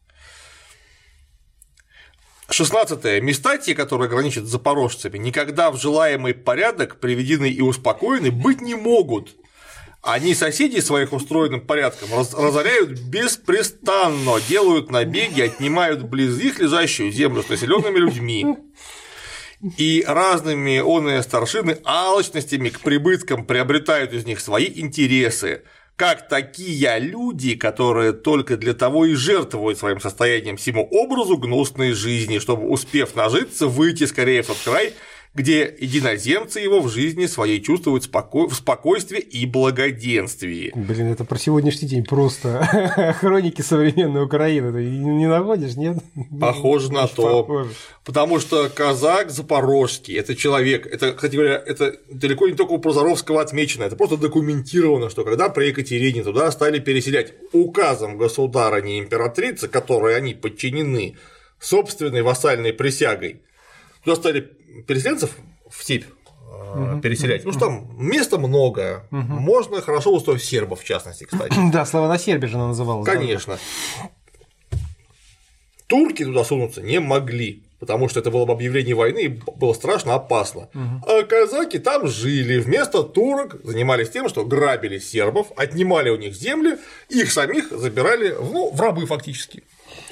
шестнадцатое. Места те, которые граничат с запорожцами, никогда в желаемый порядок приведены и успокоены быть не могут. Они соседей своих устроенным порядком раз- разоряют беспрестанно, делают набеги, отнимают близ их лежащую землю с населенными людьми. И разными оные старшины алчностями к прибыткам приобретают из них свои интересы, как такие люди, которые только для того и жертвуют своим состоянием всему образу гнусной жизни, чтобы, успев нажиться, выйти скорее в тот край, где единоземцы его в жизни своей чувствуют споко... в спокойствии и благоденствии. Блин, это про сегодняшний день просто хроники современной Украины. Ты не находишь, нет? Похоже на то. Похоже. Потому что казак запорожский – это человек, это, кстати говоря, это далеко не только у Прозоровского отмечено, это просто документировано, что когда при Екатерине туда стали переселять указом государыни императрицы, которой они подчинены собственной вассальной присягой, туда стали переселенцев в степь uh-huh. переселять, потому что там места много, uh-huh. можно хорошо устроить сербов, в частности, кстати. Да, славяносербия же она называлась. Конечно. Да? Турки туда сунуться не могли, потому что это было бы объявление войны, и было страшно опасно. Uh-huh. А казаки там жили, вместо турок занимались тем, что грабили сербов, отнимали у них земли, их самих забирали ну, в рабы фактически.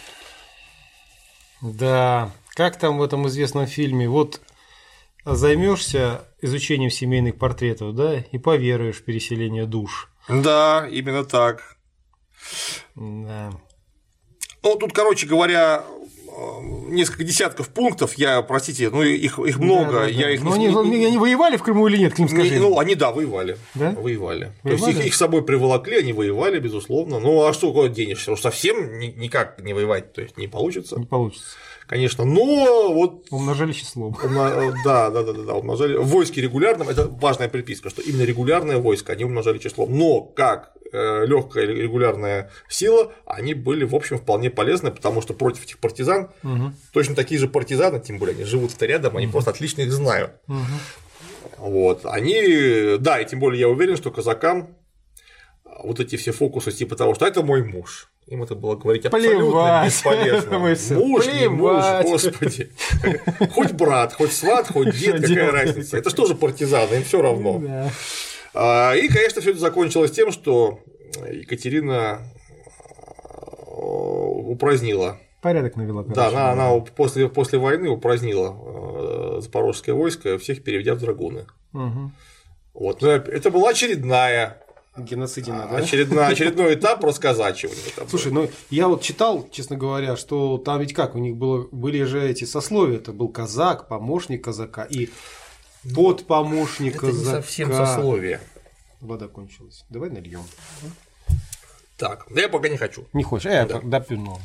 Да, как там в этом известном фильме, вот займешься изучением семейных портретов, да, и поверуешь в переселение душ. Да, именно так. Да. Ну, тут, короче говоря, несколько десятков пунктов, я, простите, ну их, их много, да, да, я да. их Но не... они, они воевали в Крыму или нет, Клим, скажи? Не, ну, они, да, воевали. Да? Воевали. Воевали? То есть их, их с собой приволокли, они воевали, безусловно. Ну, а что куда денешься? Уж совсем ни, никак не воевать, то есть не получится. Не получится. Конечно, но вот. Умножали числом. Умно... Да, да, да, да, да, умножали. В войске регулярном это важная приписка, что именно регулярное войско они умножали числом. Но как легкая регулярная сила, они были, в общем, вполне полезны, потому что против этих партизан угу. точно такие же партизаны, тем более они живут-то рядом, они угу. просто отлично их знают. Угу. Вот. Они, да, и тем более я уверен, что казакам вот эти все фокусы типа того, что это мой муж. Им это было говорить абсолютно Плевать. Бесполезно. Муж, не муж, господи. Хоть брат, хоть сват, хоть дед, какая разница. Это что же партизаны, им все равно. Да. И, конечно, все это закончилось тем, что Екатерина упразднила. Порядок навела. Короче, да, она, она после, после войны упразднила запорожское войско, всех переведя в драгуны. Угу. Вот. Это была очередная. Геноцидина, да? Очередной, очередной этап расказачивания. Слушай, ну я вот читал, честно говоря, что там ведь как, у них было, были же эти сословия, это был казак, помощник казака и подпомощник это казака. Это не совсем сословие. Вода кончилась. Давай нальем. Так, да я пока не хочу. Не хочешь? А я да. допью.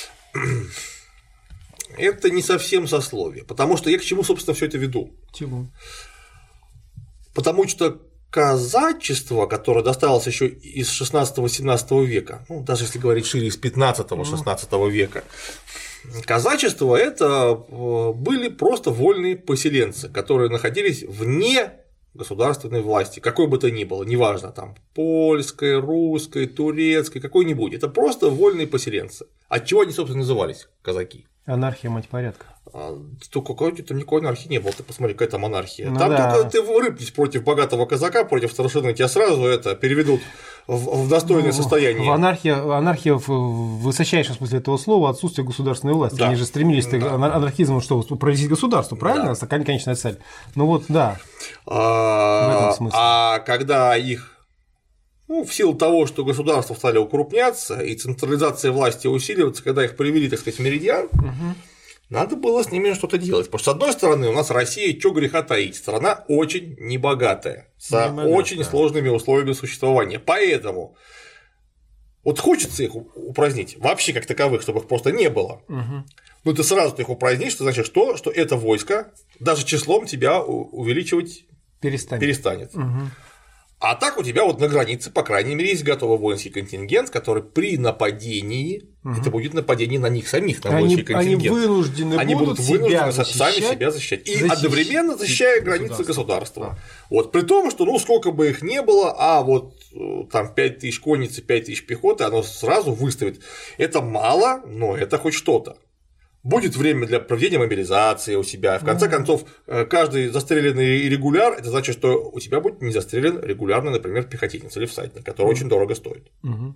Это не совсем сословие, потому что я к чему, собственно, все это веду? Чему? Потому что казачество, которое досталось еще из шестнадцатого-семнадцатого века, ну, даже если говорить шире, из пятнадцатого-шестнадцатого века, казачество – это были просто вольные поселенцы, которые находились вне государственной власти, какой бы то ни было, неважно, там, польской, русской, турецкой, какой-нибудь, это просто вольные поселенцы. От чего они, собственно, назывались казаки? Анархия, мать порядка. А, какой-то там никакой анархии не было, ты посмотри, какая там анархия. Ну там да. только ты рыпнись против богатого казака, против старшины, тебя сразу это переведут в, в достойное ну, состояние. В анархия, анархия в высочайшем смысле этого слова отсутствие государственной власти. Да. Они же стремились да. к анархизму, что провести государство, правильно? Да. Конечная цель. Ну вот, да. А, в этом смысле. А когда их ну, в силу того, что государства стали укрупняться и централизация власти усиливаться, когда их привели, так сказать, в меридиан, угу. надо было с ними что-то делать. Потому что, с одной стороны, у нас Россия, чё греха таить, страна очень небогатая, с небогатая. очень сложными условиями существования. Поэтому вот хочется их упразднить, вообще как таковых, чтобы их просто не было. Угу. Ну, ты сразу их упразднишь, что значит что? Что это войско даже числом тебя увеличивать перестанет. перестанет. Угу. А так у тебя вот на границе, по крайней мере, есть готовый воинский контингент, который при нападении, угу. это будет нападение на них самих, на они, воинский контингент. Они вынуждены они будут, будут вынуждены себя сами себя защищать. И защищать. одновременно защищая границы государства. Да. Вот, при том, что ну сколько бы их не было, а вот там пять тысяч конницы, пять тысяч пехоты, оно сразу выставит. Это мало, но это хоть что-то. Будет время для проведения мобилизации у себя. В конце концов, каждый застреленный регуляр, это значит, что у тебя будет не застрелен регулярный, например, пехотинец или всадник, который очень дорого стоит.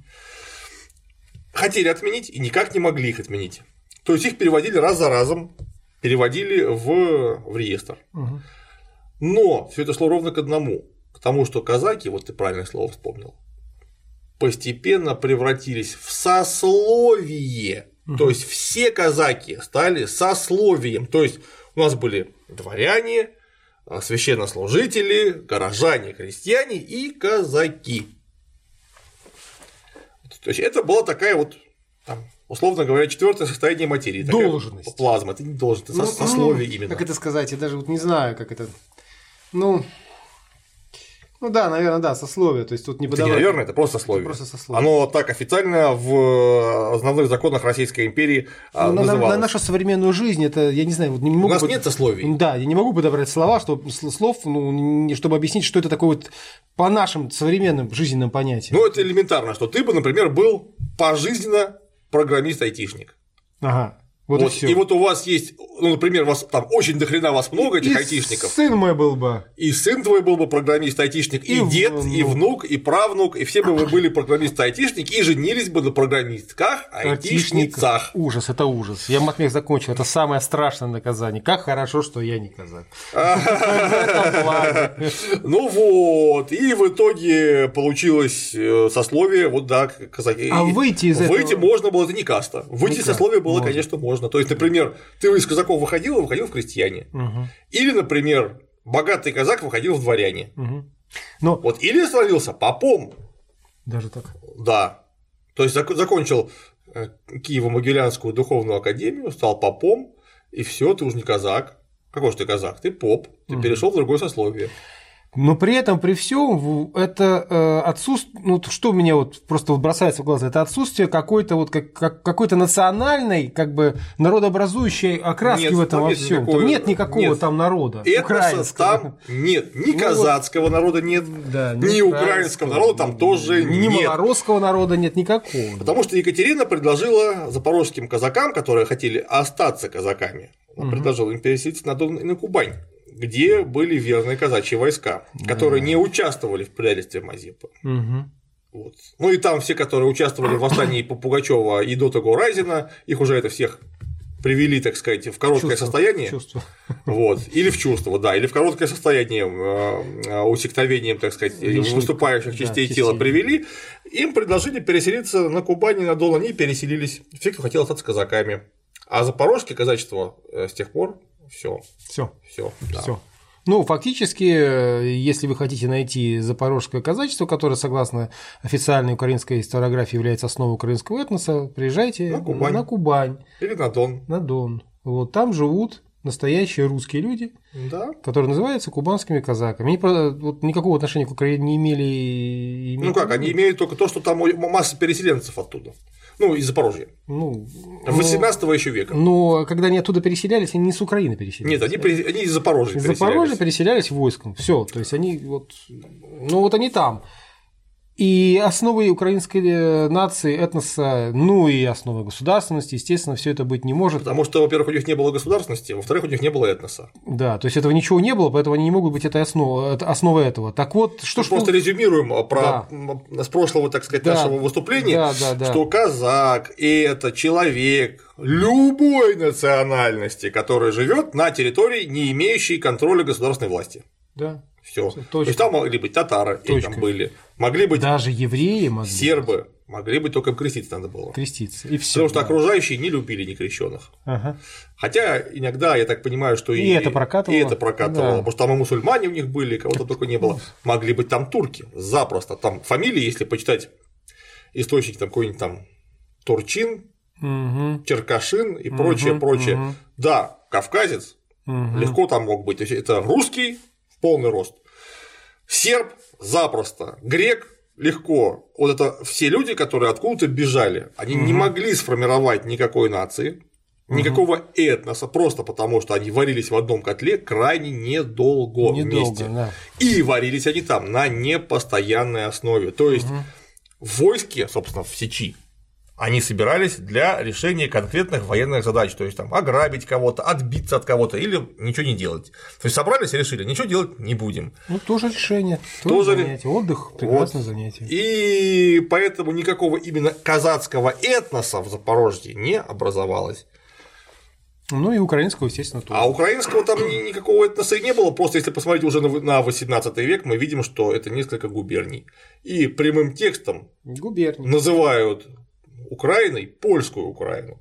Хотели отменить и никак не могли их отменить. То есть их переводили раз за разом, переводили в, в реестр. Угу. Но все это шло ровно к одному, к тому, что казаки, вот ты правильное слово вспомнил, постепенно превратились в сословие. Угу. То есть все казаки стали сословием. То есть у нас были дворяне, священнослужители, горожане, крестьяне и казаки. То есть это была такая вот, там, условно говоря, четвертое состояние материи. Должность. Плазма. Это не должность, это ну, сословие ну, именно. Как это сказать? Я даже вот не знаю, как это. Ну. Ну да, наверное, да, сословие. То есть тут не подавать. Это не наверное, это просто сословие. Это просто сословие. Оно так официально в основных законах Российской империи ну, называлось. На, на нашу современную жизнь это, я не знаю, вот не могу. У нас под... нет сословий. Да, я не могу подобрать слова, чтобы, слов, ну, чтобы объяснить, что это такое вот по нашим современным жизненным понятиям. Ну, это элементарно, что ты бы, например, был пожизненно программист-айтишник. Ага. Вот вот, и, всё. И вот у вас есть, ну, например, вас там очень дохрена вас много этих и айтишников. Сын мой был бы. И сын твой был бы программист-айтишник, и, и дед, в... и внук, и правнук, и все бы вы были программисты-айтишники, и женились бы на программистках, айтишницах. Ужас, это ужас. Я матмех закончил. Это самое страшное наказание. Как хорошо, что я не казак. Ну вот. И в итоге получилось сословие, вот да, казаки. А выйти из этого. Выйти можно было, это не каста. Выйти из сословия было, конечно, можно. То есть, например, ты из казаков выходил, выходил в крестьяне. Угу. Или, например, богатый казак выходил в дворяне. Угу. Но... Вот, или становился попом. Даже так. Да. То есть закончил Киево-Могилянскую духовную академию, стал попом, и все, ты уже не казак. Какой же ты казак? Ты поп, ты угу. перешел в другое сословие. Но при этом, при всем, это э, отсутствие, ну, что мне вот просто вот бросается в глаза, это отсутствие какой-то вот как, как, какой-то национальной, как бы народообразующей окраски нет, в этом во всем. Никакого, там нет никакого нет. Там народа. Этноса там нет, ни ну, казацкого вот, народа нет, да, ни украинского народа там тоже ни нет. Ни малоросского народа нет никакого. Потому что Екатерина предложила запорожским казакам, которые хотели остаться казаками, она угу. предложила им переселиться на Дон и на Кубань, где были верные казачьи войска, которые да. не участвовали в предательстве Мазепы. Угу. Вот. Ну и там все, которые участвовали в восстании Пугачева и до того Разина, их уже это всех привели, так сказать, в короткое чувство, состояние. Чувство. Вот. Или в чувство, да, или в короткое состояние усекновением, так сказать, личных, выступающих частей да, тела частей. Привели. Им предложили переселиться на Кубани, на Дон, они переселились. Все, кто хотел остаться казаками. А запорожское казачество с тех пор все. Все. Все. Да. Все. Ну, фактически, если вы хотите найти запорожское казачество, которое, согласно официальной украинской историографии, является основой украинского этноса, приезжайте на Кубань. на Кубань. Или на Дон. На Дон. Вот там живут настоящие русские люди, да. которые называются кубанскими казаками. Они вот, никакого отношения к Украине не имели. Ну как, они имеют только то, что там масса переселенцев оттуда. Ну, из Запорожья. Ну, восемнадцатого еще века. Но когда они оттуда переселялись, они не с Украины переселялись. Нет, они, да? они из Запорожья из переселялись. Из Запорожья переселялись войском. Все, то есть они вот. Ну, вот они там. И основой украинской нации, этноса, ну и основой государственности, естественно, все это быть не может. Потому что, во-первых, у них не было государственности, во-вторых, у них не было этноса. Да, то есть этого ничего не было, поэтому они не могут быть этой основой, основой этого. Так вот, что ж. Просто резюмируем про да. с прошлого, так сказать, да. нашего выступления, да, да, да. что казак – это человек любой национальности, который живет на территории, не имеющей контроля государственной власти. Да. Все. То есть там могли быть татары, и там были, могли быть даже евреи, могли сербы, быть. Могли быть, только креститься надо было. Креститься. И все. Потому что да. окружающие не любили некрещенных. Ага. Хотя иногда, я так понимаю, что и, и это прокатывало. И это прокатывало. Да. Потому что там и мусульмане у них были, кого-то только не было. Могли быть там турки, запросто. Там фамилии, если почитать источники, там какой-нибудь там Турчин, угу. Черкашин и прочее, угу. прочее. Угу. Да, кавказец, угу. легко там мог быть. То есть это русский. Полный рост. Серб запросто, грек легко. Вот это все люди, которые откуда-то бежали, они угу. не могли сформировать никакой нации, Никакого угу. этноса, просто потому что они варились в одном котле крайне недолго, недолго вместе. Да. И варились они там на непостоянной основе. То есть угу. в войске, собственно, в Сечи, они собирались для решения конкретных военных задач, то есть там ограбить кого-то, отбиться от кого-то или ничего не делать. То есть собрались и решили, ничего делать не будем. Ну, тоже решение, тоже, тоже занятие. Отдых – прекрасное вот. занятие. И поэтому никакого именно казацкого этноса в Запорожье не образовалось. Ну и украинского, естественно, тоже. А украинского там никакого этноса и не было, просто если посмотреть уже на восемнадцатый век, мы видим, что это несколько губерний. И прямым текстом губерний. называют Украиной польскую Украину.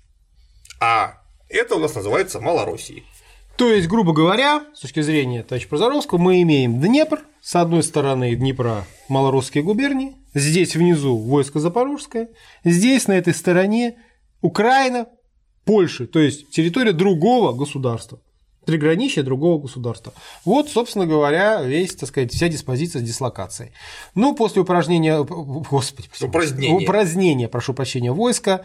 А это у нас называется Малороссией. То есть, грубо говоря, с точки зрения товарища Прозоровского, мы имеем Днепр, с одной стороны Днепра малоросские губернии, здесь внизу войско Запорожское, здесь на этой стороне Украина, Польша, то есть территория другого государства, приграничье другого государства. Вот, собственно говоря, весь, так сказать, вся диспозиция с дислокацией. Ну, после упражнения, господи, упразднения. упразднения, прошу прощения, войска,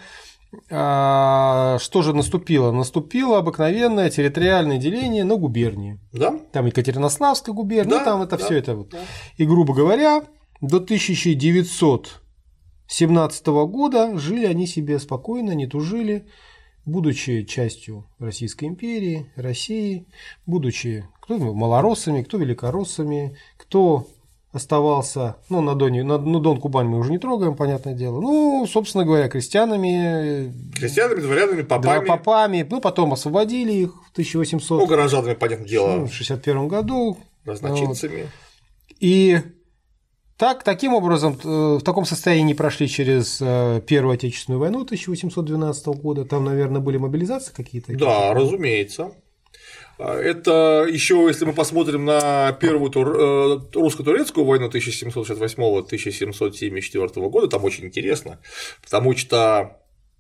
что же наступило? Наступило обыкновенное территориальное деление на губернии. Да? Там Екатеринославская губерния, да, ну, там это да, все это. Вот. Да. И, грубо говоря, до тысяча девятьсот семнадцатого года жили они себе спокойно, не тужили, будучи частью Российской империи, России, будучи кто малороссами, кто великороссами, кто оставался, ну, на Доне, на, на Дон Кубань мы уже не трогаем, понятное дело, ну, собственно говоря, крестьянами, крестьянами, дворянами, попами, да, попами, ну, потом освободили их в тысяча восемьсот, ну, горожанами, понятное дело, в шестьдесят первом году, разночинцами. Вот. И так, таким образом, в таком состоянии прошли через Первую Отечественную войну тысяча восемьсот двенадцатого года, там, наверное, были мобилизации какие-то? Да, какие-то? Разумеется. Это еще, если мы посмотрим на первую тур... русско-турецкую войну тысяча семьсот шестьдесят восьмого — тысяча семьсот семьдесят четвёртого года, там очень интересно, потому что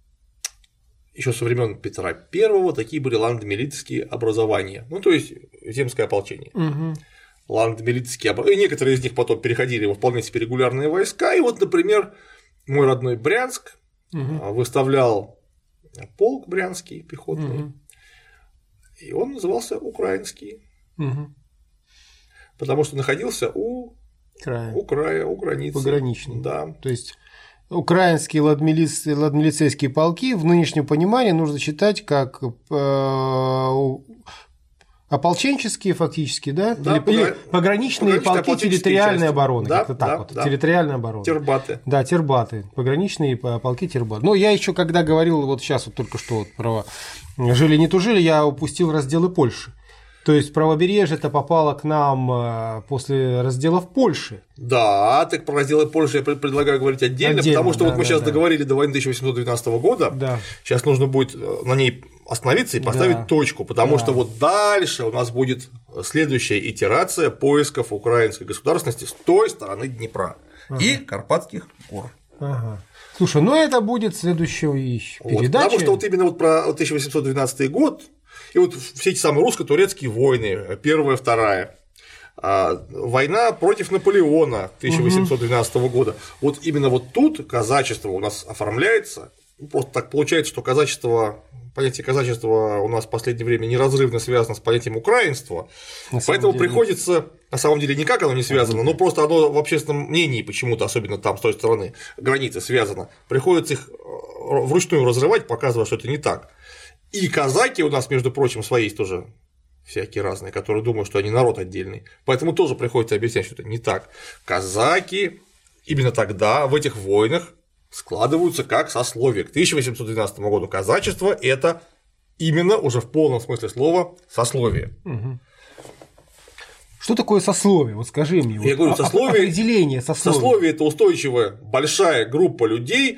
еще со времен Петра Первого такие были ландмилицкие образования, ну, то есть земское ополчение. Угу. Ландмилицкие образования, и некоторые из них потом переходили во вполне себе регулярные войска, и вот, например, мой родной Брянск угу. выставлял полк брянский пехотный. Угу. И он назывался Украинский, угу. потому что находился у края, у, края, у границы. Пограничный. Да. То есть украинские ладмилиц... ладмилицейские полки в нынешнем понимании нужно считать как э... ополченческие фактически, да? Да, или, погра... или пограничные полки территориальной части. обороны, да, как-то так да, вот, да. территориальная оборона. Тербаты. Да, тербаты, пограничные полки тербаты. Но я еще когда говорил вот сейчас вот только что вот про жили не тужили, я упустил разделы Польши. То есть правобережье-то попало к нам после разделов Польши. Да, так про разделы Польши я предлагаю говорить отдельно, отдельно потому что да, вот мы да, сейчас да. договорили до войны тысяча восемьсот двенадцатого года, да. сейчас нужно будет на ней остановиться и поставить да. точку, потому да. что вот дальше у нас будет следующая итерация поисков украинской государственности с той стороны Днепра ага. и Карпатских гор. Ага. Слушай, ну это будет следующей вот, передаче. Потому что вот именно вот про тысяча восемьсот двенадцатый год и вот все эти самые русско-турецкие войны, первая, вторая, война против Наполеона тысяча восемьсот двенадцатого угу. года, вот именно вот тут казачество у нас оформляется, просто так получается, что казачество, понятие казачества у нас в последнее время неразрывно связано с понятием украинства, поэтому деле... приходится, на самом деле никак оно не связано, но просто оно в общественном мнении почему-то, особенно там с той стороны границы связано, приходится их вручную разрывать, показывая, что это не так. И казаки у нас, между прочим, свои есть тоже всякие разные, которые думают, что они народ отдельный. Поэтому тоже приходится объяснять, что это не так. Казаки именно тогда в этих войнах складываются как сословие. К тысяча восемьсот двенадцатому году казачество – это именно уже в полном смысле слова сословие. Угу. Что такое сословие? Вот скажи мне. Я вот говорю, сословие, определение сословия. Сословие – это устойчивая большая группа людей,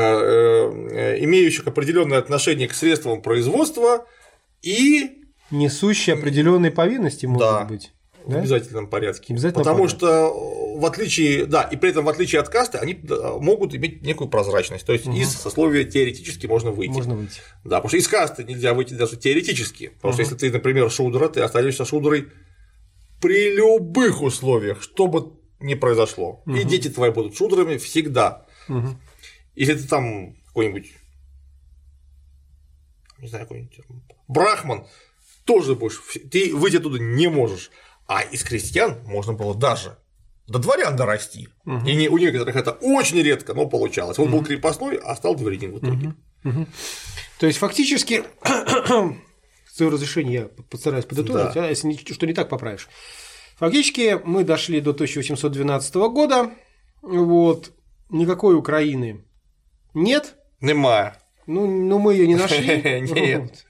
имеющих определенное отношение к средствам производства и несущие определенные повинности, может да, быть. В да? обязательном порядке. Обязательно Потому порядке. что в отличие, да, и при этом в отличие от касты, они могут иметь некую прозрачность. То есть угу. из сословия теоретически можно выйти. Можно выйти. Да, потому что из касты нельзя выйти даже теоретически. Потому угу. что если ты, например, шудра, ты остаешься шудрой при любых условиях, что бы ни произошло. Угу. И дети твои будут шудрами всегда. Угу. Если ты там какой-нибудь не знаю, какой-нибудь брахман, тоже будешь, ты выйти оттуда не можешь. А из крестьян можно было даже до дворян дорасти. Угу. И не, у некоторых это очень редко, но получалось. Он угу. был крепостной, а стал дворянин в итоге. Угу. Угу. То есть фактически, с твоего разрешения я постараюсь подытожить, да. а если что не так, поправишь. Фактически мы дошли до тысяча восемьсот двенадцатого года, вот, никакой Украины нет. Нема. Ну, ну мы ее не нашли. Нет.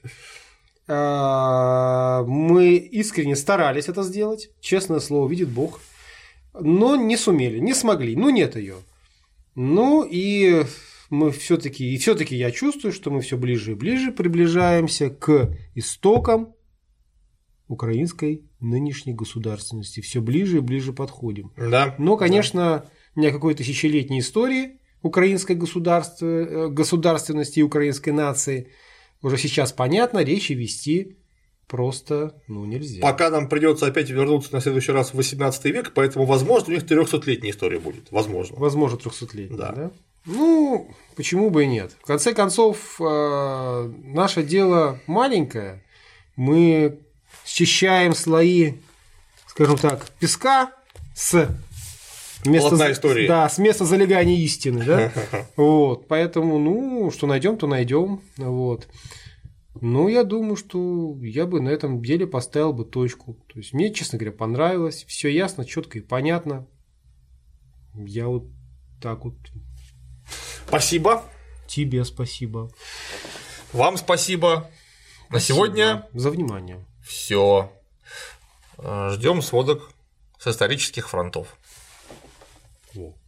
Мы искренне старались это сделать, честное слово, видит Бог, но не сумели, не смогли, ну нет ее. Ну и мы все-таки, и все-таки я чувствую, что мы все ближе и ближе приближаемся к истокам украинской нынешней государственности, все ближе и ближе подходим. Да. Но, конечно, не о какой-то тысячелетней истории украинской государственности и украинской нации уже сейчас понятно, речи вести просто ну, нельзя. Пока нам придется опять вернуться на следующий раз в восемнадцатый век, поэтому, возможно, у них трехсотлетняя история будет. Возможно. Возможно, трехсотлетняя, да. да? Ну, почему бы и нет. В конце концов, наше дело маленькое. Мы счищаем слои, скажем так, песка с места, истории. Да, с места залегания истины, да? Вот, поэтому, ну, что найдем, то найдем, вот. Ну, я думаю, что я бы на этом деле поставил бы точку. То есть мне, честно говоря, понравилось, все ясно, четко и понятно. Я вот так вот. Спасибо. Тебе спасибо. Вам спасибо. На спасибо сегодня за внимание. Все. Ждем сводок с исторических фронтов. О.